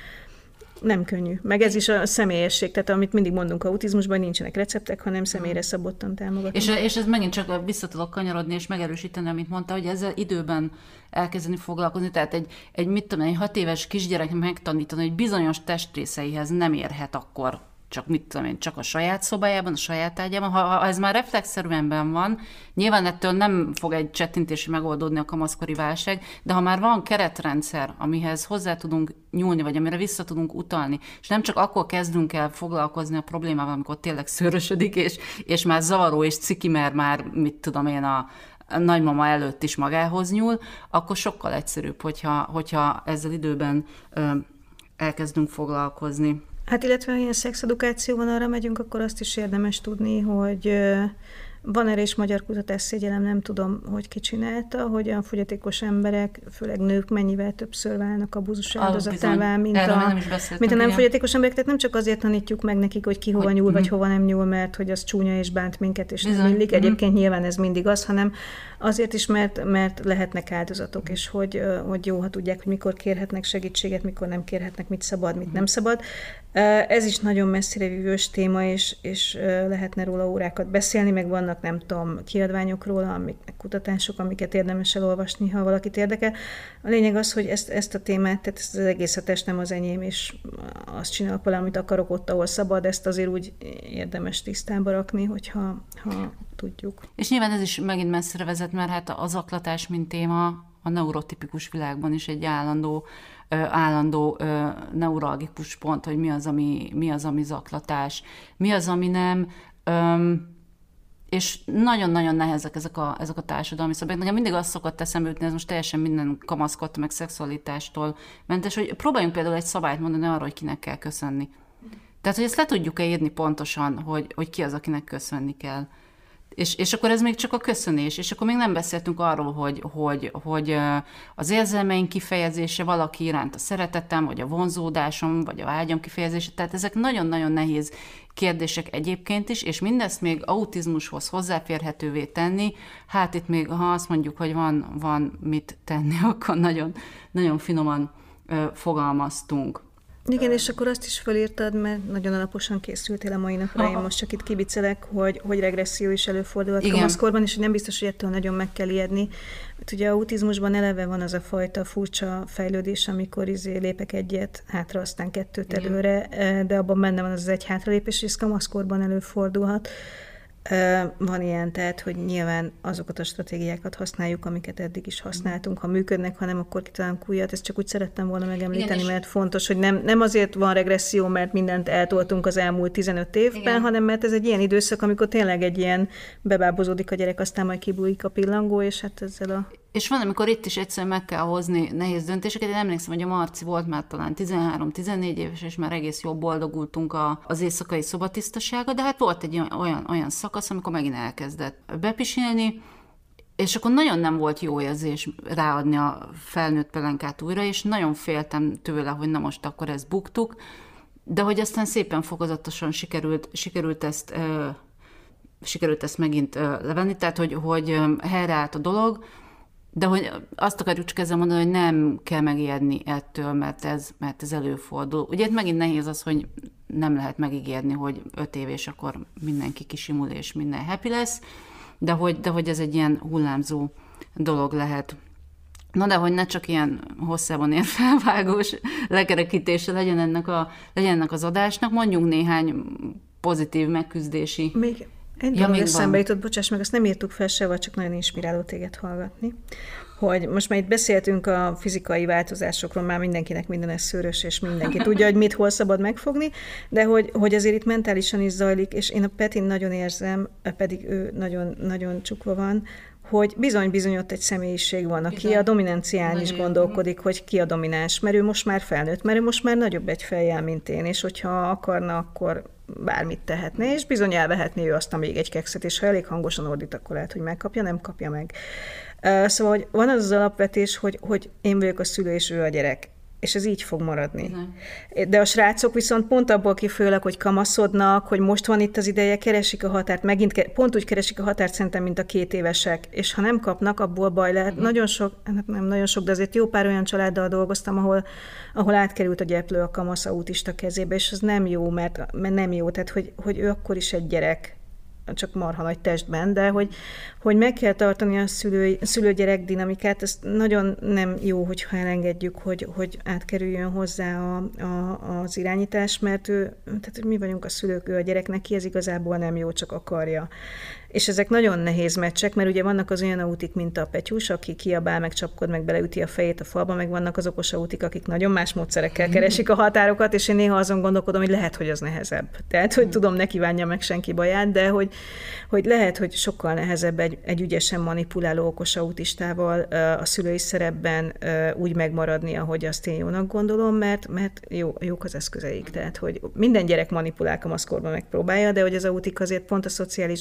Nem könnyű. Meg ez is a személyesség, tehát amit mindig mondunk autizmusban, nincsenek receptek, hanem személyre szabottan támogatni. És, és ez megint csak vissza tudok kanyarodni és megerősíteni, amit mondta, hogy ezzel időben elkezdeni foglalkozni, tehát egy, egy mit tudom, egy hat éves kisgyerek megtanítani, hogy bizonyos testrészeihez nem érhet akkor csak mit tudom én, csak a saját szobájában, a saját ágyában. Ha, ha ez már reflexzerűen benn van, nyilván ettől nem fog egy csettintési megoldódni a kamaszkori válság, de ha már van keretrendszer, amihez hozzá tudunk nyúlni, vagy amire vissza tudunk utalni, és nem csak akkor kezdünk el foglalkozni a problémával, amikor tényleg szőrösödik, és, és már zavaró és ciki, mert már mit tudom én a a nagymama előtt is magához nyúl, akkor sokkal egyszerűbb, hogyha, hogyha ezzel időben ö, elkezdünk foglalkozni. Hát illetve, ha ilyen szexedukációban arra megyünk, akkor azt is érdemes tudni, hogy van erre is magyar kutatás, szégyellem, nem tudom, hogy ki csinálta, hogy a fogyatékos emberek, főleg nők mennyivel többször válnak abúzus áldozatává, mint a, nem mint a nem fogyatékos emberek. Tehát nem csak azért tanítjuk meg nekik, hogy ki hova hogy, nyúl, vagy hova nem nyúl, mert hogy az csúnya és bánt minket, és bizony. Nem illik. Egyébként mm. nyilván ez mindig az, hanem azért is, mert, mert lehetnek áldozatok, és hogy, hogy jó, ha tudják, hogy mikor kérhetnek segítséget, mikor nem kérhetnek, mit szabad, mit mm. nem szabad. Ez is nagyon messzire vívős téma, és, és lehetne róla órákat beszélni, meg vannak, nem tudom, kiadványok róla, amik, kutatások, amiket érdemes elolvasni, ha valakit érdekel. A lényeg az, hogy ezt, ezt a témát, tehát ezt az egész a test nem az enyém, és azt csinálok valamit akarok ott, ahol szabad, ezt azért úgy érdemes tisztába rakni, hogyha ha tudjuk. És nyilván ez is megint messzire vezet, mert hát a zaklatás, mint téma, a neurotipikus világban is egy állandó, állandó neuralgikus pont, hogy mi az, ami, mi az, ami zaklatás, mi az, ami nem, és nagyon-nagyon nehezek ezek a, ezek a társadalmi szabályok. Nekem mindig azt szokott eszembe jutni, ez most teljesen minden kamaszkot, meg szexualitástól mentes, hogy próbáljunk például egy szabályt mondani arra, hogy kinek kell köszönni. Tehát, hogy ezt le tudjuk-e írni pontosan, hogy, hogy ki az, akinek köszönni kell. És, és akkor ez még csak a köszönés, és akkor még nem beszéltünk arról, hogy, hogy, hogy az érzelmeink kifejezése valaki iránt a szeretetem, vagy a vonzódásom, vagy a vágyam kifejezése, tehát ezek nagyon-nagyon nehéz kérdések egyébként is, és mindezt még autizmushoz hozzáférhetővé tenni, hát itt még, ha azt mondjuk, hogy van, van mit tenni, akkor nagyon, nagyon finoman ö, fogalmaztunk. Igen, és akkor azt is felírtad, mert nagyon alaposan készültél a mai napra, én most csak itt kibicelek, hogy, hogy regresszió is előfordulhat kamaszkorban, és hogy nem biztos, hogy ettől nagyon meg kell ijedni. Mert ugye autizmusban eleve van az a fajta furcsa fejlődés, amikor izé lépek egyet hátra, aztán kettőt igen. előre, de abban benne van az, az egy hátralépés, és ez kamaszkorban előfordulhat. Van ilyen, tehát, hogy nyilván azokat a stratégiákat használjuk, amiket eddig is használtunk, ha működnek, hanem akkor kitalálunk újat. Ezt csak úgy szerettem volna megemlíteni, igen, mert fontos, hogy nem, nem azért van regresszió, mert mindent eltoltunk az elmúlt tizenöt évben, igen. hanem mert ez egy ilyen időszak, amikor tényleg egy ilyen bebábozódik a gyerek, aztán majd kibújik a pillangó, és hát ezzel a És van, amikor itt is egyszerűen meg kell hozni nehéz döntéseket. Én emlékszem, hogy a Marci volt már talán tizenhárom-tizennégy éves, és már egész jól boldogultunk a, az éjszakai szobatisztasága, de hát volt egy olyan, olyan szakasz, amikor megint elkezdett bepisilni, és akkor nagyon nem volt jó érzés ráadni a felnőtt pelenkát újra, és nagyon féltem tőle, hogy na most akkor ezt buktuk, de hogy aztán szépen fokozatosan sikerült, sikerült ezt ö, sikerült ezt megint ö, levenni, tehát hogy, hogy helyreállt a dolog, de hogy azt akarjuk csak ezzel mondani, hogy nem kell megijedni ettől, mert ez, mert ez előfordul. Ugye itt megint nehéz az, hogy nem lehet megígérni, hogy öt év és akkor mindenki kisimul és minden happy lesz, de hogy, de hogy ez egy ilyen hullámzó dolog lehet. Na de hogy ne csak ilyen hosszában ér felvágós lekerekítése legyen ennek, a, legyen ennek az adásnak, mondjunk néhány pozitív megküzdési... Még egy ja, dolog eszembe jutott, bocsáss meg, azt nem írtuk fel se, vagy csak nagyon inspiráló téged hallgatni, hogy most már itt beszéltünk a fizikai változásokról, már mindenkinek minden ez szőrös, és mindenki tudja, hogy mit hol szabad megfogni, de hogy, hogy azért itt mentálisan is zajlik, és én a Petin nagyon érzem, pedig ő nagyon, nagyon csukva van, hogy bizony-bizony ott egy személyiség van, aki igen, a dominancián is gondolkodik, hogy ki a domináns, mert ő most már felnőtt, mert ő most már nagyobb egy fejjel, mint én, és hogyha akarna, akkor bármit tehetne, és bizony elvehetné ő azt a még egy kekszet, és ha elég hangosan ordít, akkor lehet, hogy megkapja, nem kapja meg. Szóval hogy van az az alapvetés, hogy, hogy én vagyok a szülő, és ő a gyerek. És ez így fog maradni. Nem. De a srácok viszont pont abból kifőleg, hogy kamaszodnak, hogy most van itt az ideje, keresik a határt, megint ke- pont úgy keresik a határt szerintem, mint a két évesek, és ha nem kapnak, abból baj lehet. Uh-huh. Nagyon sok, nem nagyon sok, de azért jó pár olyan családdal dolgoztam, ahol, ahol átkerült a gyeplő a kamasz autista kezébe, és az nem jó, mert, mert nem jó, tehát hogy, hogy ő akkor is egy gyerek, csak marha nagy testben, de hogy, hogy meg kell tartani a szülő, szülő-gyerek dinamikát, ez nagyon nem jó, hogyha elengedjük, hogy, hogy átkerüljön hozzá a, a, az irányítás, mert ő, tehát hogy mi vagyunk a szülők, ő a gyerek, neki ez igazából nem jó, csak akarja. És ezek nagyon nehéz meccsek, mert ugye vannak az olyan autik, mint a Petyus, aki kiabál, meg csapkod, meg beleüti a fejét a falba, meg vannak az okos autik, akik nagyon más módszerekkel keresik a határokat, és én néha azon gondolkodom, hogy lehet, hogy az nehezebb. Tehát, hogy tudom, ne kívánja meg senki baját, de hogy, hogy lehet, hogy sokkal nehezebb egy, egy ügyesen manipuláló okos autistával a szülői szerepben úgy megmaradni, ahogy azt én jónak gondolom, mert, mert jó, jók az eszközeik. Tehát, hogy minden gyerek manipulál kamaszkorban megpróbálja, de hogy az autik azért pont a szociális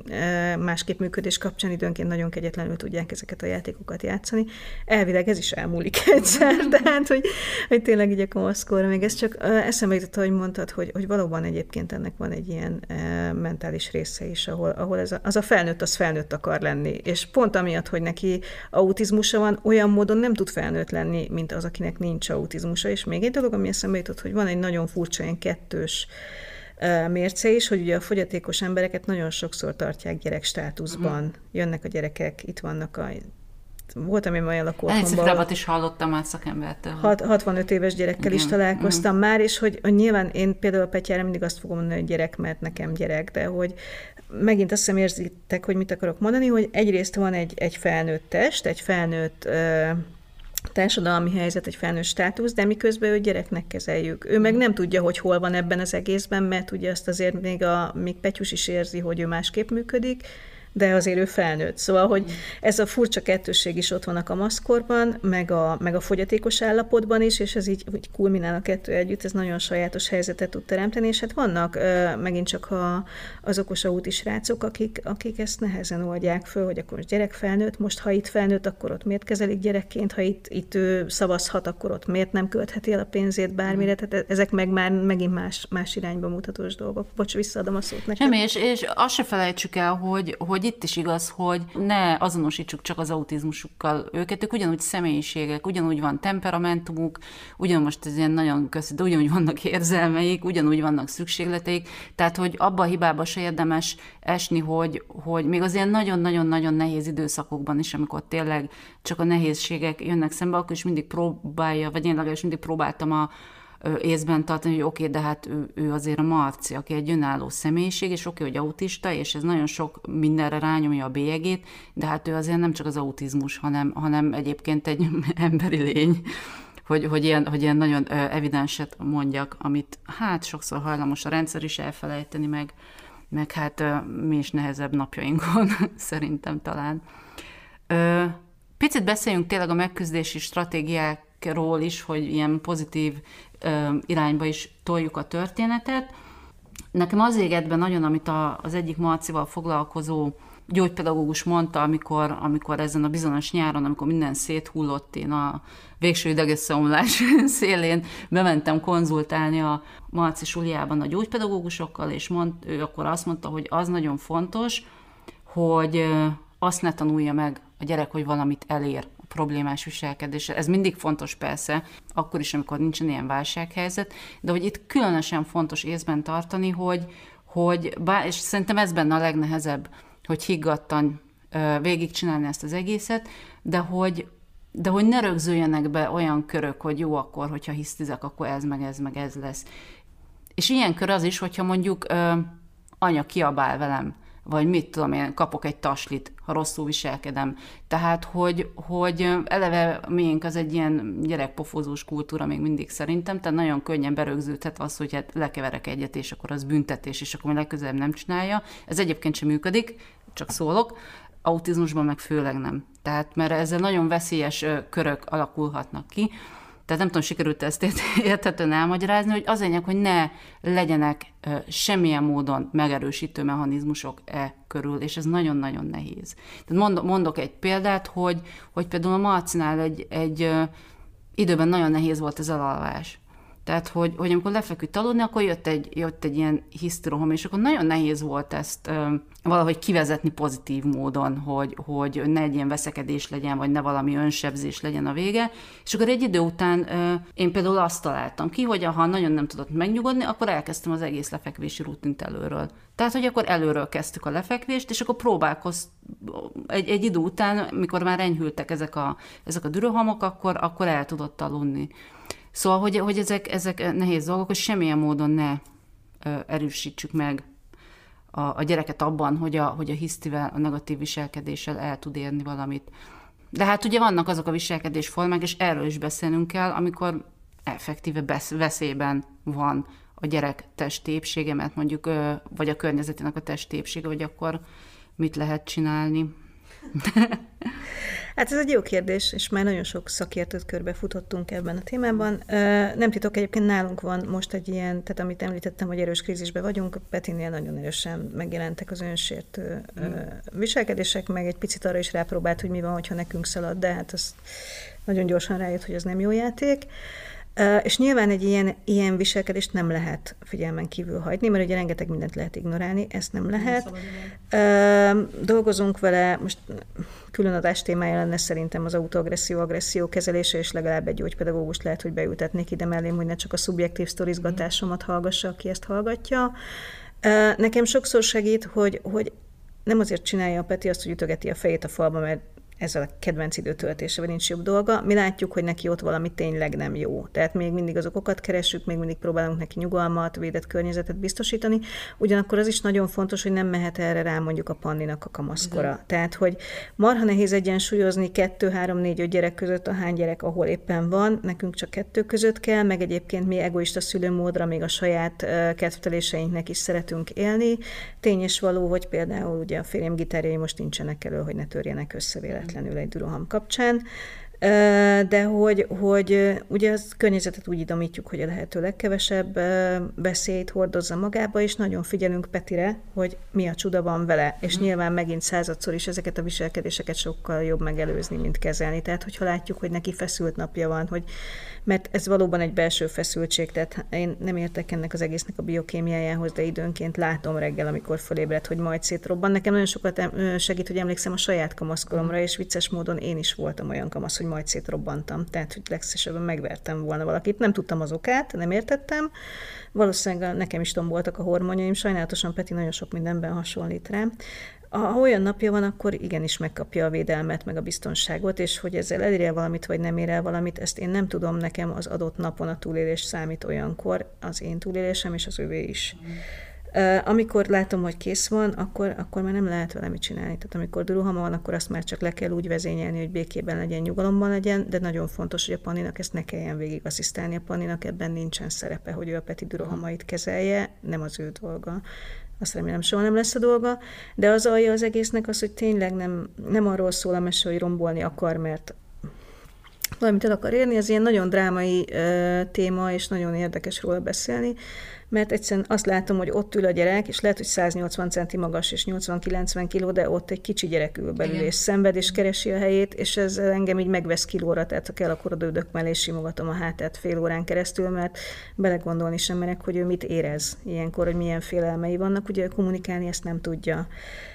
másképp működés kapcsán időnként nagyon kegyetlenül tudják ezeket a játékokat játszani. Elvileg ez is elmúlik egyszer, tehát, hogy, hogy tényleg így a kamaszkorra, még ez csak eszembe jutott, hogy mondtad, hogy, hogy valóban egyébként ennek van egy ilyen e, mentális része is, ahol, ahol ez a, az a felnőtt, az felnőtt akar lenni, és pont amiatt, hogy neki autizmusa van, olyan módon nem tud felnőtt lenni, mint az, akinek nincs autizmusa, és még egy dolog, ami eszembe jutott, hogy van egy nagyon furcsa, ilyen kettős mérce is, hogy ugye a fogyatékos embereket nagyon sokszor tartják gyerekstátuszban. Uh-huh. Jönnek a gyerekek, itt vannak a... Voltam én olyan lakóotthonban. Elég is hallottam már szakembertől. hatvanöt éves gyerekkel igen. is találkoztam uh-huh. már, és hogy, hogy nyilván én például a Petyára mindig azt fogom mondani, hogy gyerek, mert nekem gyerek, de hogy megint azt hiszem érzitek, hogy mit akarok mondani, hogy egyrészt van egy, egy felnőtt test, egy felnőtt... Uh, társadalmi helyzet, egy felnőtt státusz, de miközben ő gyereknek kezeljük. Ő meg nem tudja, hogy hol van ebben az egészben, mert ugye azt azért még, a, még Petyus is érzi, hogy ő másképp működik, de azért ő felnőtt. Szóval, hogy ez a furcsa kettősség is ott van a kamaszkorban, meg a, meg a fogyatékos állapotban is, és ez így úgy kulminál a kettő együtt, ez nagyon sajátos helyzetet tud teremteni, és hát vannak megint csak a, az okos autis srácok, akik, akik ezt nehezen oldják föl, hogy akkor most gyerek felnőtt, most ha itt felnőtt, akkor ott miért kezelik gyerekként, ha itt, itt ő szavazhat, akkor ott miért nem költheti el a pénzét bármire, tehát ezek meg már megint más, más irányba mutatós dolgok. Bocs, visszaadom a szót nekem. Semmi, és, és azt se felejtsük el, hogy, hogy itt is igaz, hogy ne azonosítsuk csak az autizmusukkal őket, ők ugyanúgy személyiségek, ugyanúgy van temperamentumuk, ugyanúgy most ez ilyen nagyon köszön, de ugyanúgy vannak érzelmeik, ugyanúgy vannak szükségleteik, tehát hogy abba a hibába se érdemes esni, hogy, hogy még az ilyen nagyon-nagyon-nagyon nehéz időszakokban is, amikor tényleg csak a nehézségek jönnek szembe, akkor is mindig próbálja, vagy én legalábbis mindig próbáltam a észben tartani, hogy oké, okay, de hát ő, ő azért a Marci, aki egy önálló személyiség, és oké, okay, hogy autista, és ez nagyon sok mindenre rányomja a bélyegét, de hát ő azért nem csak az autizmus, hanem, hanem egyébként egy emberi lény, hogy, hogy, ilyen, hogy ilyen nagyon evidenset mondjak, amit hát sokszor hajlamos a rendszer is elfelejteni, meg, meg hát mi is nehezebb napjainkon, szerintem talán. Picit beszéljünk tényleg a megküzdési stratégiákról is, hogy ilyen pozitív ö, irányba is toljuk a történetet. Nekem az égett be nagyon, amit a, az egyik Marcival foglalkozó gyógypedagógus mondta, amikor, amikor ezen a bizonyos nyáron, amikor minden széthullott, én a végső idegesomlás szélén bementem konzultálni a Marci suliában a gyógypedagógusokkal, és mond, ő akkor azt mondta, hogy az nagyon fontos, hogy azt ne tanulja meg a gyerek, hogy valamit elér a problémás viselkedésre. Ez mindig fontos persze, akkor is, amikor nincsen ilyen válsághelyzet, de hogy itt különösen fontos észben tartani, hogy, hogy bár, és szerintem ez benne a legnehezebb, hogy higgadtan végigcsinálni ezt az egészet, de hogy, de hogy ne rögzüljenek be olyan körök, hogy jó, akkor, hogyha hisztizek, akkor ez, meg ez, meg ez lesz. És ilyen kör az is, hogyha mondjuk ö, anya kiabál velem, vagy mit tudom én, kapok egy taslit, ha rosszul viselkedem. Tehát, hogy, hogy eleve miénk az egy ilyen gyerekpofózós kultúra még mindig szerintem, tehát nagyon könnyen berögződhet az, hogy hát lekeverek egyet, és akkor az büntetés, és akkor legközelebb nem csinálja. Ez egyébként sem működik, csak szólok. Autizmusban meg főleg nem. Tehát, mert ezzel nagyon veszélyes körök alakulhatnak ki. Tehát nem tudom, sikerült ezt érthetően elmagyarázni, hogy az lényeg, hogy ne legyenek semmilyen módon megerősítő mechanizmusok e körül, és ez nagyon-nagyon nehéz. Tehát mondok egy példát, hogy, hogy például a Marcinál egy, egy időben nagyon nehéz volt az elalvás. Tehát, hogy, hogy amikor lefeküdt aludni, akkor jött egy, jött egy ilyen hisztirohom, és akkor nagyon nehéz volt ezt ö, valahogy kivezetni pozitív módon, hogy, hogy ne egy ilyen veszekedés legyen, vagy ne valami önsebzés legyen a vége. És akkor egy idő után ö, én például azt találtam ki, hogy ha nagyon nem tudott megnyugodni, akkor elkezdtem az egész lefekvési rutint előről. Tehát, hogy akkor előről kezdtük a lefekvést, és akkor próbálkoztam egy, egy idő után, mikor már enyhültek ezek a, ezek a dürohamok, akkor, akkor el tudott aludni. Szóval, hogy, hogy ezek, ezek nehéz dolgok, hogy semmilyen módon ne ö, erősítsük meg a, a gyereket abban, hogy a, hogy a hisztivel, a negatív viselkedéssel el tud érni valamit. De hát ugye vannak azok a viselkedésformák, és erről is beszélnünk kell, amikor effektíve besz, veszélyben van a gyerek testi épsége, mert mondjuk, ö, vagy a környezetének a testi épsége, hogy akkor mit lehet csinálni. Hát ez egy jó kérdés, és már nagyon sok szakértőt körbe futottunk ebben a témában. Nem titok, egyébként nálunk van most egy ilyen, tehát amit említettem, hogy erős krízisben vagyunk, Petinél nagyon erősen megjelentek az önsértő mm. viselkedések, meg egy picit arra is rápróbált, hogy mi van, hogyha nekünk szalad, de hát az nagyon gyorsan rájött, hogy ez nem jó játék. Uh, és nyilván egy ilyen, ilyen viselkedést nem lehet figyelmen kívül hagyni, mert ugye rengeteg mindent lehet ignorálni, ezt nem lehet. Nem uh, dolgozunk vele, most külön adás témája lenne szerintem az autoagresszió-agresszió kezelése, és legalább egy gyógypedagógust lehet, hogy beültetnék ide mellém, hogy ne csak a szubjektív sztorizgatásomat hallgassa, aki ezt hallgatja. Uh, nekem sokszor segít, hogy, hogy nem azért csinálja a Peti azt, hogy ütögeti a fejét a falba, mert ez a kedvenc időtöltése, vagy nincs jobb dolga. Mi látjuk, hogy neki ott valami tényleg nem jó. Tehát még mindig az okokat keressük, még mindig próbálunk neki nyugalmat, védett környezetet biztosítani. Ugyanakkor az is nagyon fontos, hogy nem mehet erre rá mondjuk a Panninak a kamaszkora. Uh-huh. Tehát, hogy marha nehéz egyensúlyozni kettő, három, négy, öt gyerek között a hány gyerek, ahol éppen van, nekünk csak kettő között kell, meg egyébként mi egoista szülőmódra még a saját uh, kedvteléseinknek is szeretünk élni. Tény és való, hogy például ugye a férjem gitárjai most nincsenek elő, hogy ne törjenek össze véletlenül egy düroham kapcsán, de hogy, hogy ugye az környezetet úgy idomítjuk, hogy a lehető legkevesebb veszélyt hordozza magába, és nagyon figyelünk Petire, hogy mi a csuda van vele, és mm. nyilván megint századszor is ezeket a viselkedéseket sokkal jobb megelőzni, mint kezelni. Tehát, hogyha látjuk, hogy neki feszült napja van, hogy mert ez valóban egy belső feszültség, tehát én nem értek ennek az egésznek a biokémiájához, de időnként látom reggel, amikor fölébred, hogy majd szétrobban. Nekem nagyon sokat segít, hogy emlékszem a saját kamaszkoromra, és vicces módon én is voltam olyan kamasz, hogy majd szétrobbantam, tehát hogy legszívesebben megvertem volna valakit. Nem tudtam az okát, nem értettem. Valószínűleg nekem is tomboltak a hormonjaim, sajnálatosan Peti nagyon sok mindenben hasonlít rám. Ha olyan napja van, akkor igenis megkapja a védelmet, meg a biztonságot, és hogy ezzel elér el valamit, vagy nem ér el valamit, ezt én nem tudom, nekem az adott napon a túlélés számít olyankor, az én túlélésem és az övé is. Mm. Uh, amikor látom, hogy kész van, akkor, akkor már nem lehet vele mit csinálni. Tehát amikor duruhama van, akkor azt már csak le kell úgy vezényelni, hogy békében legyen, nyugalomban legyen, de nagyon fontos, hogy a Panninak ezt ne kelljen végig asszisztálni. A Panninak ebben nincsen szerepe, hogy ő a Peti duruhamait kezelje, nem az ő dolga. azt remélem soha nem lesz a dolga, de az alja az egésznek az, hogy tényleg nem, nem arról szól a mese, hogy rombolni akar, mert valamit el akar érni, ez ilyen nagyon drámai uh, téma, és nagyon érdekes róla beszélni, mert egyszerűen azt látom, hogy ott ül a gyerek, és lehet, hogy száznyolcvan centi magas, és nyolcvan-kilencven kiló, de ott egy kicsi gyerek ül belül, igen, és szenved, és keresi a helyét, és ez engem így megvesz kilóra, tehát ha kell, akkor odődök mellé, és simogatom a hátát fél órán keresztül, mert belegondolni sem merek, hogy ő mit érez ilyenkor, hogy milyen félelmei vannak, ugye kommunikálni ezt nem tudja.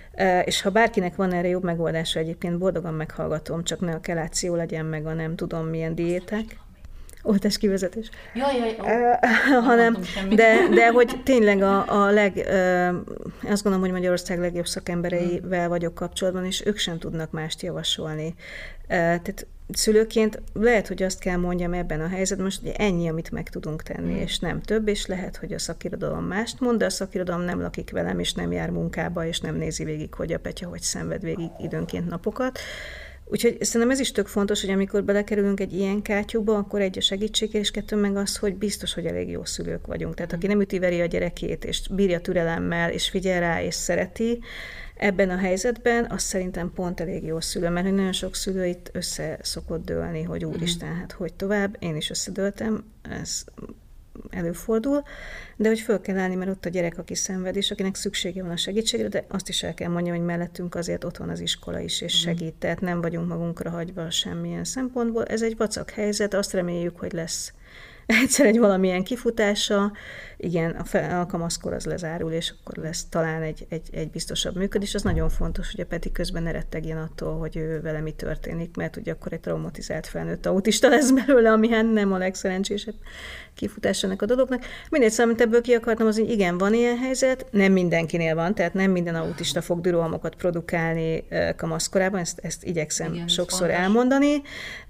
És ha bárkinek van erre jobb megoldása, egyébként boldogan meghallgatom, csak ne a keláció legyen meg a nem tudom milyen diéták. Oltás kivezetés. Jaj, jaj, uh, hanem, de, de hogy tényleg a, a leg, uh, azt gondolom, hogy Magyarország legjobb szakembereivel vagyok kapcsolatban, és ők sem tudnak mást javasolni. Uh, tehát szülőként lehet, hogy azt kell mondjam ebben a helyzetben, most hogy ennyi, amit meg tudunk tenni, mm. és nem több, és lehet, hogy a szakirodalom mást mond, de a szakirodalom nem lakik velem, és nem jár munkába, és nem nézi végig, hogy a Petya hogy szenved végig időnként napokat. Úgyhogy szerintem ez is tök fontos, hogy amikor belekerülünk egy ilyen kátyúba, akkor egy a segítségért, és kettő meg az, hogy biztos, hogy elég jó szülők vagyunk. Tehát aki nem ütiveri a gyerekét, és bírja türelemmel, és figyel rá, és szereti, ebben a helyzetben, az szerintem pont elég jó szülő, mert nagyon sok szülő itt össze szokott dőlni, hogy úristen, hát hogy tovább, én is összedőltem, ez előfordul, de hogy föl kell állni, mert ott a gyerek, aki szenved, és akinek szüksége van a segítségre, de azt is el kell mondjam, hogy mellettünk azért ott van az iskola is, és segít, tehát nem vagyunk magunkra hagyva semmilyen szempontból. Ez egy vacak helyzet, azt reméljük, hogy lesz egyszer egy valamilyen kifutása, igen, a, fe, a kamaszkor az lezárul, és akkor lesz talán egy, egy, egy biztosabb működés. Az nagyon fontos, hogy a Peti közben ne rettegjen attól, hogy ő vele mi történik, mert ugye akkor egy traumatizált felnőtt autista lesz belőle, ami hát nem a legszerencsésebb kifutásának a dolognak. Mindegy, szóval, amit ebből ki akartam, az, hogy igen, van ilyen helyzet, nem mindenkinél van, tehát nem minden autista fog dürohamokat produkálni kamaszkorában, ezt, ezt igyekszem igen, sokszor fontos elmondani.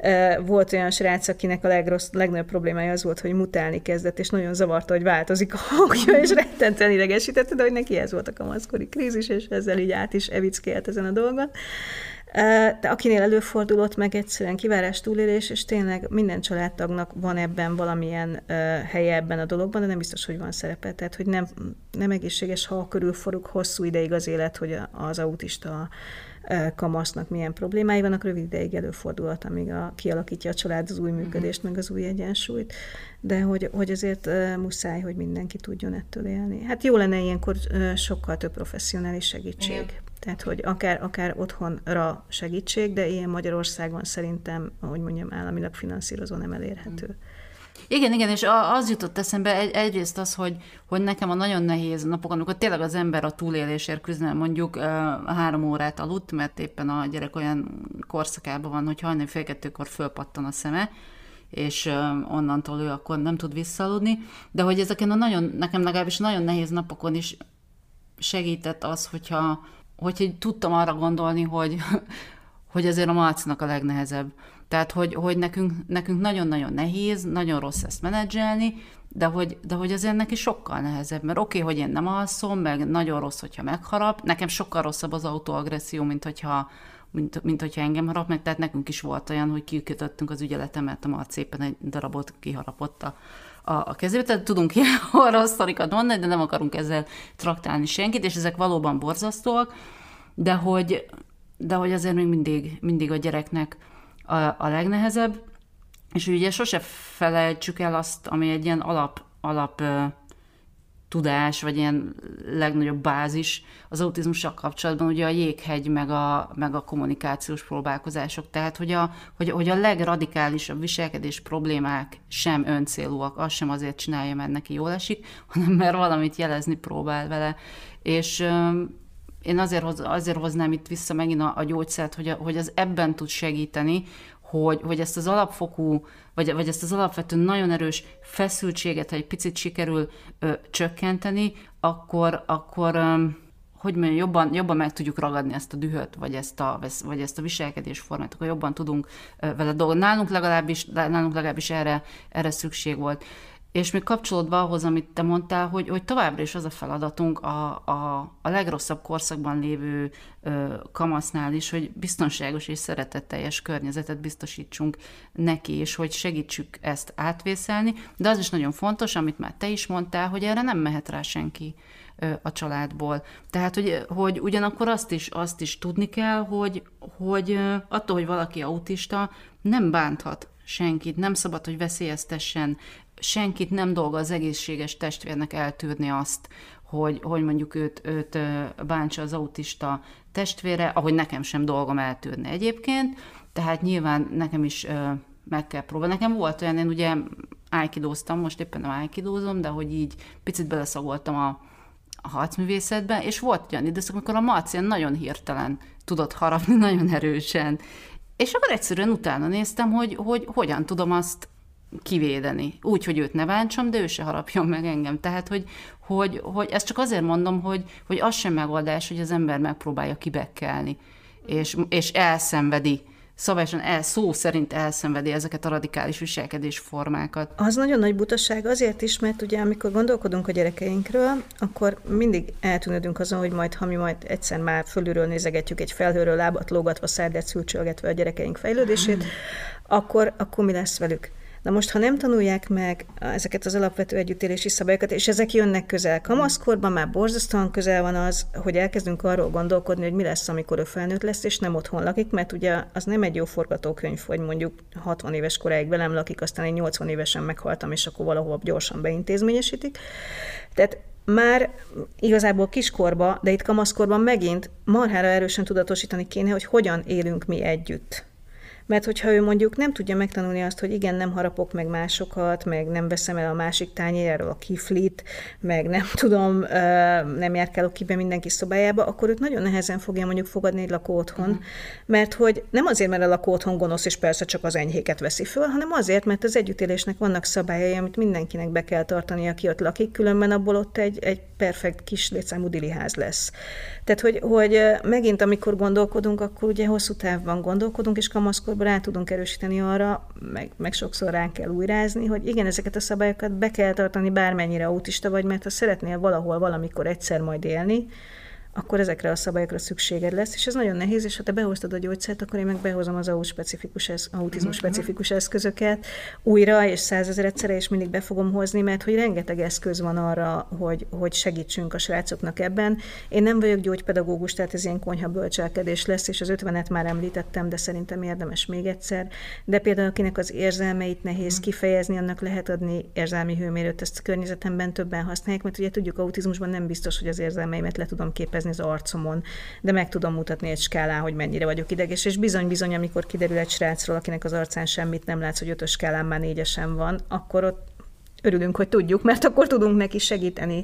Volt olyan srác, akinek a legrossz, legnagyobb problémája az volt, hogy mutálni kezdett, és nagyon zavarta, hogy változik a hangja, és rettentően idegesítette, de hogy neki ez volt a kamaszkori krízis, és ezzel így át is evickélt ezen a dolgon. De akinél előfordulott meg egyszerűen kivárás, túlélés, és tényleg minden családtagnak van ebben valamilyen uh, helye ebben a dologban, de nem biztos, hogy van szerepe. Tehát, hogy nem, nem egészséges, ha körülforog hosszú ideig az élet, hogy az autista uh, kamasznak milyen problémái vannak, rövid ideig előfordulhat, amíg a, kialakítja a család az új működést, uh-huh. meg az új egyensúlyt. De hogy, hogy azért uh, muszáj, hogy mindenki tudjon ettől élni. Hát jó lenne ilyenkor uh, sokkal több professzionális segítség. Igen. Tehát, hogy akár, akár otthonra segítség, de ilyen Magyarországon szerintem, ahogy mondjam, államilag finanszírozó nem elérhető. Igen, igen, és az jutott eszembe egy, egyrészt az, hogy, hogy nekem a nagyon nehéz napokon, amikor tényleg az ember a túlélésért küzd, mondjuk uh, három órát aludt, mert éppen a gyerek olyan korszakában van, hogy hajnali fél kettőkor fölpattan a szeme, és uh, onnantól ő akkor nem tud visszaaludni, de hogy ezeken a nagyon, nekem legalábbis nagyon nehéz napokon is segített az, hogyha hogy tudtam arra gondolni, hogy, hogy azért a Malcinak a legnehezebb. Tehát, hogy, hogy nekünk, nekünk nagyon-nagyon nehéz, nagyon rossz ezt menedzselni, de hogy, de hogy azért neki sokkal nehezebb, mert oké, okay, hogy én nem alszom, meg nagyon rossz, hogyha megharap. Nekem sokkal rosszabb az autoagresszió, mint hogyha, mint, mint hogyha engem harap meg, tehát nekünk is volt olyan, hogy kikötöttünk az ügyeletem, mert a Marci éppen egy darabot kiharapott a a kezébe, tehát tudunk ilyen horror sztorikat mondani, de nem akarunk ezzel traktálni senkit, és ezek valóban borzasztóak, de hogy, de hogy azért még mindig, mindig a gyereknek a, a legnehezebb, és ugye sose felejtsük el azt, ami egy ilyen alap, alap tudás, vagy ilyen legnagyobb bázis az autizmussal kapcsolatban, ugye a jéghegy, meg a, meg a kommunikációs próbálkozások. Tehát, hogy a, hogy, hogy a legradikálisabb viselkedés problémák sem öncélúak, az sem azért csinálja, mert neki jól esik, hanem mert valamit jelezni próbál vele. És öm, én azért, hoz, azért hoznám itt vissza megint a, a gyógyszert, hogy, a, hogy az ebben tud segíteni, hogy, hogy ezt az alapfokú, vagy, vagy ezt az alapvető nagyon erős feszültséget, ha egy picit sikerül ö, csökkenteni, akkor, akkor ö, hogy mondjam, jobban, jobban meg tudjuk ragadni ezt a dühöt, vagy ezt a, vagy ezt a viselkedésformát, akkor jobban tudunk ö, vele dolgozni. Nálunk legalábbis, nálunk legalábbis erre, erre szükség volt. És még kapcsolódva ahhoz, amit te mondtál, hogy, hogy továbbra is az a feladatunk a, a, a legrosszabb korszakban lévő ö, kamasznál is, hogy biztonságos és szeretetteljes környezetet biztosítsunk neki, és hogy segítsük ezt átvészelni. De az is nagyon fontos, amit már te is mondtál, hogy erre nem mehet rá senki ö, a családból. Tehát, hogy, hogy ugyanakkor azt is, azt is tudni kell, hogy, hogy ö, attól, hogy valaki autista, nem bánthat senkit, nem szabad, hogy veszélyeztessen senkit, nem dolga az egészséges testvérnek eltűrni azt, hogy, hogy mondjuk őt, őt bántsa az autista testvére, ahogy nekem sem dolgom eltűrni egyébként, tehát nyilván nekem is ö, meg kell próbálni. Nekem volt olyan, én ugye ájkidóztam, most éppen nem ájkidózom, de hogy így picit beleszagoltam a, a harcművészetbe, és volt olyan időszak, amikor a Marci nagyon hirtelen tudott harapni, nagyon erősen. És akkor egyszerűen utána néztem, hogy, hogy hogyan tudom azt kivédeni. Úgy, hogy őt ne bántsam, de ő se harapjon meg engem. Tehát, hogy, hogy, hogy ezt csak azért mondom, hogy, hogy az sem megoldás, hogy az ember megpróbálja kibekkelni, és, és elszenvedi, szabályosan el, szó szerint elszenvedi ezeket a radikális viselkedésformákat. Az nagyon nagy butaság azért is, mert ugye amikor gondolkodunk a gyerekeinkről, akkor mindig eltűnődünk azon, hogy majd, ha mi majd egyszer már fölülről nézegetjük egy felhőről lábat lógatva, szárdát szülcsölgetve a gyerekeink fejlődését, akkor, akkor mi lesz velük? Na most, ha nem tanulják meg ezeket az alapvető együttélési szabályokat, és ezek jönnek közel kamaszkorban, már borzasztóan közel van az, hogy elkezdünk arról gondolkodni, hogy mi lesz, amikor ő felnőtt lesz, és nem otthon lakik, mert ugye az nem egy jó forgatókönyv, hogy mondjuk hatvan éves koráig velem lakik, aztán én nyolcvan évesen meghaltam, és akkor valahol gyorsan beintézményesítik. Tehát már igazából kiskorba, de itt kamaszkorban megint marhára erősen tudatosítani kéne, hogy hogyan élünk mi együtt. Mert hogyha ő mondjuk nem tudja megtanulni azt, hogy igen, nem harapok meg másokat, meg nem veszem el a másik tányérjáról a kiflit, meg nem tudom, nem járkálok ki be mindenki szobájába, akkor őt nagyon nehezen fogja mondjuk fogadni egy lakóotthon. Mm. Mert hogy nem azért, mert a lakóotthon gonosz, és persze csak az enyhéket veszi föl, hanem azért, mert az együttélésnek vannak szabályai, amit mindenkinek be kell tartani, aki ott lakik, különben abból ott egy, egy perfekt kis létszámú diliház lesz. Tehát, hogy, hogy megint, amikor gondolkodunk, akkor ugye hosszú távban gondolkodunk, és kamaszkorban rá tudunk erősíteni arra, meg, meg sokszor rá kell újrázni, hogy igen, ezeket a szabályokat be kell tartani, bármennyire autista vagy, mert ha szeretnél valahol valamikor egyszer majd élni, akkor ezekre a szabályokra szükséged lesz, és ez nagyon nehéz, és ha te behoztad a gyógyszert, akkor én meg behozom az autizmus-specifikus eszközöket újra, és százezeregyszerre, és mindig be fogom hozni, mert hogy rengeteg eszköz van arra, hogy, hogy segítsünk a srácoknak ebben. Én nem vagyok gyógypedagógus, tehát ez ilyen konyha bölcselkedés lesz, és az ötvenet már említettem, de szerintem érdemes még egyszer. De például akinek az érzelmeit nehéz kifejezni, annak lehet adni érzelmi hőmérőt, ezt a környezetemben többen használják, mert ugye tudjuk, autizmusban nem biztos, hogy az érzelmeimet le tudom képezni az arcomon, de meg tudom mutatni egy skálán, hogy mennyire vagyok ideges, és bizony-bizony, amikor kiderül egy srácról, akinek az arcán semmit nem látsz, hogy ötös skálán már négyesen van, akkor ott örülünk, hogy tudjuk, mert akkor tudunk neki segíteni.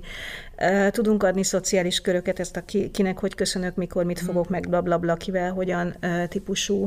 Tudunk adni szociális köröket, ezt a ki, kinek hogy köszönök, mikor mit fogok, meg blablabla, kivel, hogyan típusú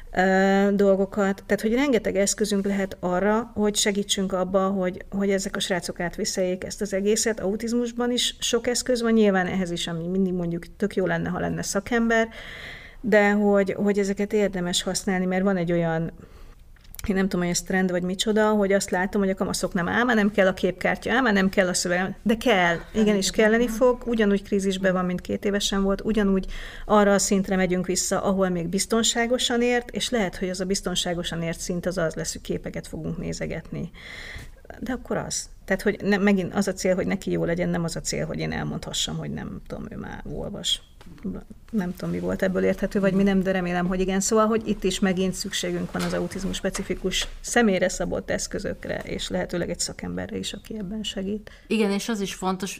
dolgokat. Tehát, hogy rengeteg eszközünk lehet arra, hogy segítsünk abba, hogy, hogy ezek a srácok átviszeljék ezt az egészet. Autizmusban is sok eszköz van, nyilván ehhez is, ami mindig mondjuk tök jó lenne, ha lenne szakember, de hogy, hogy ezeket érdemes használni, mert van egy olyan, én nem tudom, hogy ez trend vagy micsoda, hogy azt látom, hogy a kamaszok nem áll, nem kell a képkártya, áll, nem kell a szöveg, de kell, igenis kelleni fog, ugyanúgy krízisben van, mint két évesen volt, ugyanúgy arra a szintre megyünk vissza, ahol még biztonságosan ért, és lehet, hogy az a biztonságosan ért szint az az lesz, hogy képeket fogunk nézegetni. De akkor az. Tehát, hogy ne, megint az a cél, hogy neki jó legyen, nem az a cél, hogy én elmondhassam, hogy nem tudom, ő már olvas. Nem tudom, mi volt ebből érthető, vagy mi nem, de remélem, hogy igen. Szóval, hogy itt is megint szükségünk van az autizmus specifikus személyre szabott eszközökre, és lehetőleg egy szakemberre is, aki ebben segít. Igen, és az is fontos,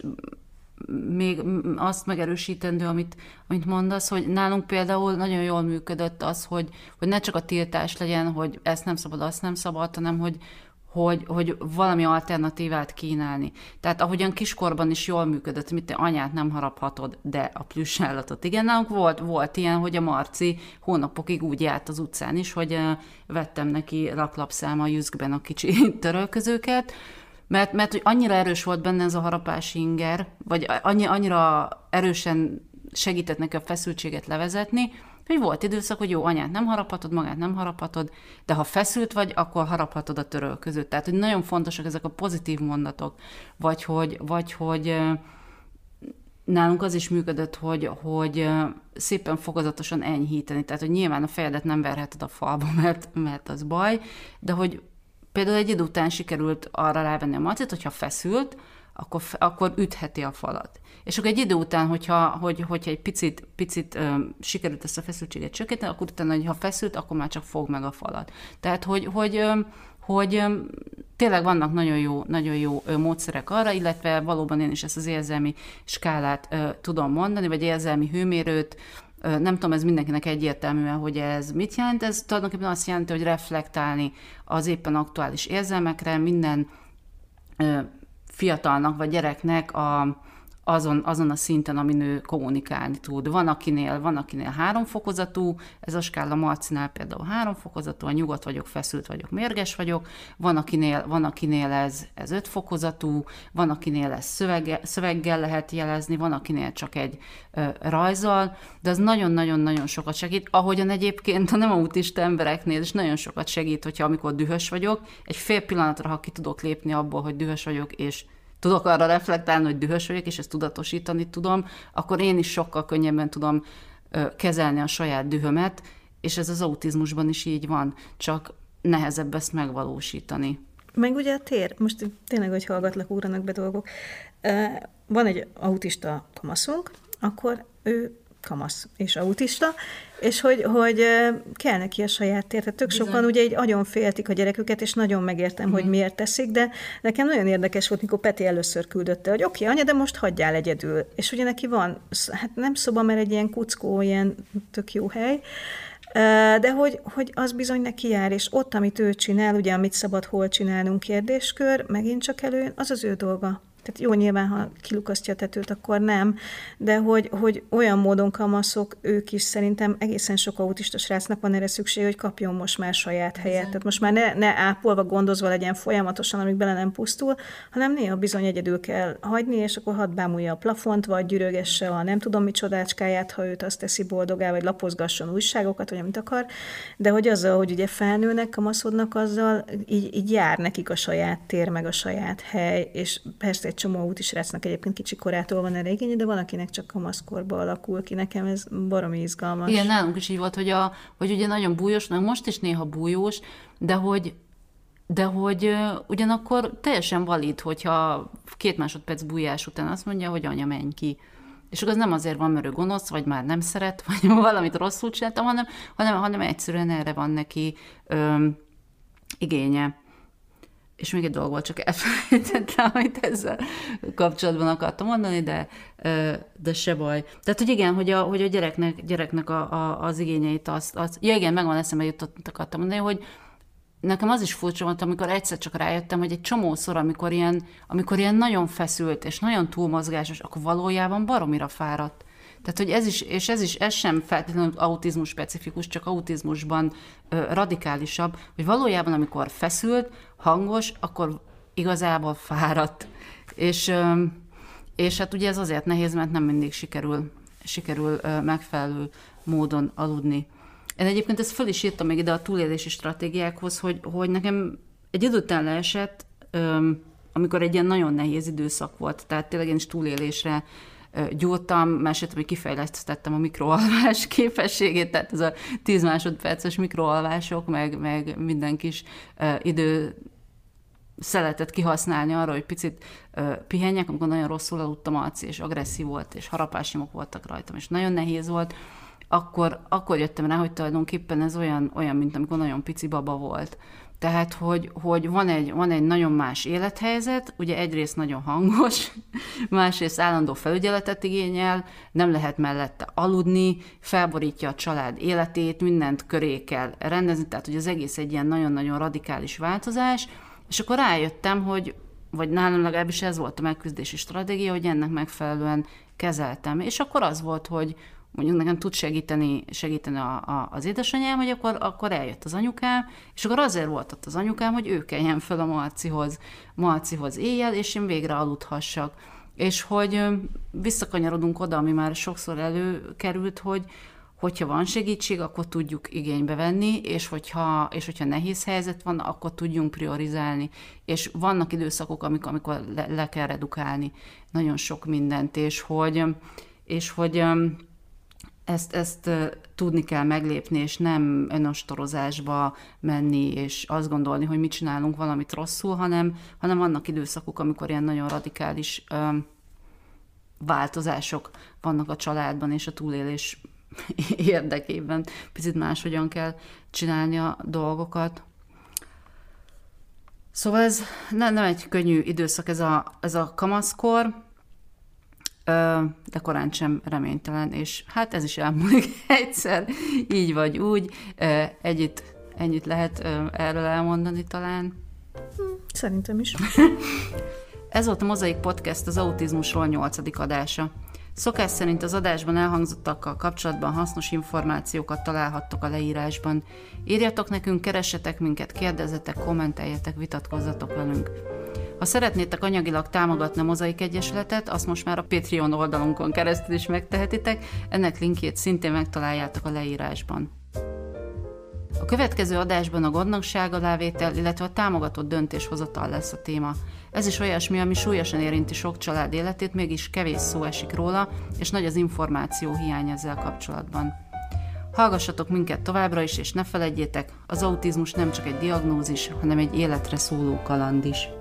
még azt megerősítendő, amit, amit mondasz, hogy nálunk például nagyon jól működött az, hogy, hogy ne csak a tiltás legyen, hogy ezt nem szabad, azt nem szabad, hanem hogy Hogy, hogy valami alternatívát kínálni. Tehát ahogyan kiskorban is jól működött, mit te anyát nem haraphatod, de a plüssállatot. Igen, nálunk volt, volt ilyen, hogy a Marci hónapokig úgy járt az utcán is, hogy uh, vettem neki raklapszámmal jüszkben a kicsi törölközőket, mert, mert hogy annyira erős volt benne ez a harapási inger, vagy annyi, annyira erősen segített neki a feszültséget levezetni, Hogy volt időszak, hogy jó, anyát nem haraphatod, magát nem haraphatod, de ha feszült vagy, akkor haraphatod a törölközőt. Tehát, hogy nagyon fontosak ezek a pozitív mondatok, vagy hogy, vagy hogy nálunk az is működött, hogy, hogy szépen fokozatosan enyhíteni. Tehát, hogy nyilván a fejedet nem verheted a falba, mert, mert az baj, de hogy például egy idő után sikerült arra rávenni a macit, hogyha feszült, akkor, akkor ütheti a falat. És akkor egy idő után, hogyha, hogy, hogyha egy picit, picit um, sikerült ezt a feszültséget csökkenteni, akkor utána, hogyha feszült, akkor már csak fog meg a falat. Tehát, hogy, hogy, um, hogy um, tényleg vannak nagyon jó, nagyon jó uh, módszerek arra, illetve valóban én is ezt az érzelmi skálát uh, tudom mondani, vagy érzelmi hőmérőt. Uh, nem tudom, ez mindenkinek egyértelműen, hogy ez mit jelent. Ez tulajdonképpen azt jelenti, hogy reflektálni az éppen aktuális érzelmekre, minden uh, fiatalnak vagy gyereknek a, azon, azon a szinten, amin ő kommunikálni tud. Van akinél, van akinél háromfokozatú, ez a skála Marcinál például háromfokozatú, a nyugodt vagyok, feszült vagyok, mérges vagyok, van akinél, van akinél ez, ez ötfokozatú, van akinél ez szövege, szöveggel lehet jelezni, van akinél csak egy ö, rajzzal, de az nagyon-nagyon-nagyon sokat segít, ahogyan egyébként a nem autista embereknél is nagyon sokat segít, hogyha amikor dühös vagyok, egy fél pillanatra, ha ki tudok lépni abból, hogy dühös vagyok, és tudok arra reflektálni, hogy dühös vagyok, és ezt tudatosítani tudom, akkor én is sokkal könnyebben tudom ö, kezelni a saját dühömet, és ez az autizmusban is így van, csak nehezebb ezt megvalósítani. Meg ugye a tér, most tényleg, hogy hallgatlak, ugranak be dolgok. Van egy autista kamaszunk, akkor ő kamasz és autista, és hogy, hogy kell neki a saját tér. Tehát tök Bizony. Sokan ugye így agyon féltik a gyereküket, és nagyon megértem, mm. hogy miért teszik, de nekem nagyon érdekes volt, mikor Peti először küldötte, hogy oké, okay, anya, de most hagyjál egyedül. És ugye neki van, hát nem szoba, mert egy ilyen kuckó, ilyen tök jó hely, de hogy, hogy az bizony neki jár, és ott, amit ő csinál, ugye, amit szabad hol csinálnunk kérdéskör, megint csak előjön, az az ő dolga. Tehát jó, nyilván, ha kilukasztja a tetőt, akkor nem, de hogy, hogy olyan módon kamaszok, ők is szerintem egészen sok autista srácnak van erre szükség, hogy kapjon most már saját helyet. Tehát most már ne, ne ápolva, gondozva legyen folyamatosan, amíg bele nem pusztul, hanem néha bizony egyedül kell hagyni, és akkor hadd bámulja a plafont, vagy gyűrögesse a nem tudom mi csodácskáját, ha őt azt teszi boldogá, vagy lapozgasson újságokat, vagy amit akar, de hogy azzal, hogy ugye felnőnek, kamaszodnak, azzal így, így jár nekik a saját tér, meg a saját hely, és persze egy csomó autisrácnak egyébként kicsi korától van erre igény, de van, akinek csak kamaszkorba alakul ki. Nekem ez baromi izgalmas. Igen, nálunk is így volt, hogy, a, hogy ugye nagyon bújós, most is néha bújós, de hogy, de hogy uh, ugyanakkor teljesen valid, hogyha két másodperc bújás után azt mondja, hogy anya, menj ki. És akkor az nem azért van, mert ő gonosz, vagy már nem szeret, vagy valamit rosszul csináltam, hanem, hanem, hanem egyszerűen erre van neki um, igénye. És még egy dolog volt, csak elfelejtettem, amit ezzel kapcsolatban akartam mondani, de, de se baj. Tehát, hogy igen, hogy a, hogy a gyereknek, gyereknek a, a, az igényeit, azt, azt, ja igen, megvan eszembe jutott, akartam mondani, hogy nekem az is furcsa volt, amikor egyszer csak rájöttem, hogy egy csomószor, amikor ilyen, amikor ilyen nagyon feszült, és nagyon túlmozgásos, akkor valójában baromira fáradt. Tehát, hogy ez is, és ez is, ez sem feltétlenül autizmus specifikus, csak autizmusban ö, radikálisabb, hogy valójában, amikor feszült, hangos, akkor igazából fáradt. És, ö, és hát ugye ez azért nehéz, mert nem mindig sikerül, sikerül ö, megfelelő módon aludni. Én egyébként ezt föl is írtam még ide a túlélési stratégiákhoz, hogy, hogy nekem egy idő után leesett, ö, amikor egy ilyen nagyon nehéz időszak volt, tehát tényleg én is túlélésre gyúrtam, meséltem, hogy kifejlesztettem a mikroalvás képességét, tehát ez a tíz másodperces mikroalvások, meg, meg minden kis uh, idő szeletet kihasználni arra, hogy picit uh, pihenjek, amikor nagyon rosszul aludtam, alci, és agresszív volt, és harapásnyomok voltak rajtam, és nagyon nehéz volt, akkor, akkor jöttem rá, hogy tulajdonképpen ez olyan, olyan mint amikor nagyon pici baba volt. Tehát, hogy, hogy van, egy, van egy nagyon más élethelyzet, ugye egyrészt nagyon hangos, másrészt állandó felügyeletet igényel, nem lehet mellette aludni, felborítja a család életét, mindent köré kell rendezni, tehát hogy az egész egy ilyen nagyon-nagyon radikális változás, és akkor rájöttem, hogy, vagy nálam legalábbis ez volt a megküzdési stratégia, hogy ennek megfelelően kezeltem. És akkor az volt, hogy mondjuk nekem tud segíteni, segíteni a, a, az édesanyám, hogy akkor, akkor eljött az anyukám, és akkor azért volt ott az anyukám, hogy ő keljen fel a Marcihoz, Marcihoz éjjel, és én végre aludhassak. És hogy visszakanyarodunk oda, ami már sokszor előkerült, hogy, hogyha van segítség, akkor tudjuk igénybe venni, és hogyha, és hogyha nehéz helyzet van, akkor tudjunk priorizálni. És vannak időszakok, amikor, amikor le, le kell redukálni nagyon sok mindent, és hogy, és hogy ezt, ezt tudni kell meglépni, és nem önostorozásba menni, és azt gondolni, hogy mit csinálunk valamit rosszul, hanem, hanem vannak időszakok, amikor ilyen nagyon radikális változások vannak a családban, és a túlélés érdekében picit máshogyan kell csinálni a dolgokat. Szóval ez nem, nem egy könnyű időszak, ez a, ez a kamaszkor, de korán sem reménytelen, és hát ez is elmúlik egyszer, így vagy úgy. Együtt, ennyit lehet erről elmondani talán. Szerintem is. Ez volt a Mozaik Podcast az autizmusról nyolcadik adása. Szokás szerint az adásban elhangzottakkal kapcsolatban hasznos információkat találhattok a leírásban. Írjatok nekünk, keressetek minket, kérdezzetek, kommenteljetek, vitatkozzatok velünk. Ha szeretnétek anyagilag támogatni a Mozaik Egyesületet, azt most már a Patreon oldalunkon keresztül is megtehetitek, ennek linkjét szintén megtaláljátok a leírásban. A következő adásban a gondnokság alávétel, illetve a támogatott döntéshozatal lesz a téma. Ez is olyasmi, ami súlyosan érinti sok család életét, mégis kevés szó esik róla, és nagy az információ hiány ezzel kapcsolatban. Hallgassatok minket továbbra is, és ne feledjétek, az autizmus nem csak egy diagnózis, hanem egy életre szóló kaland is.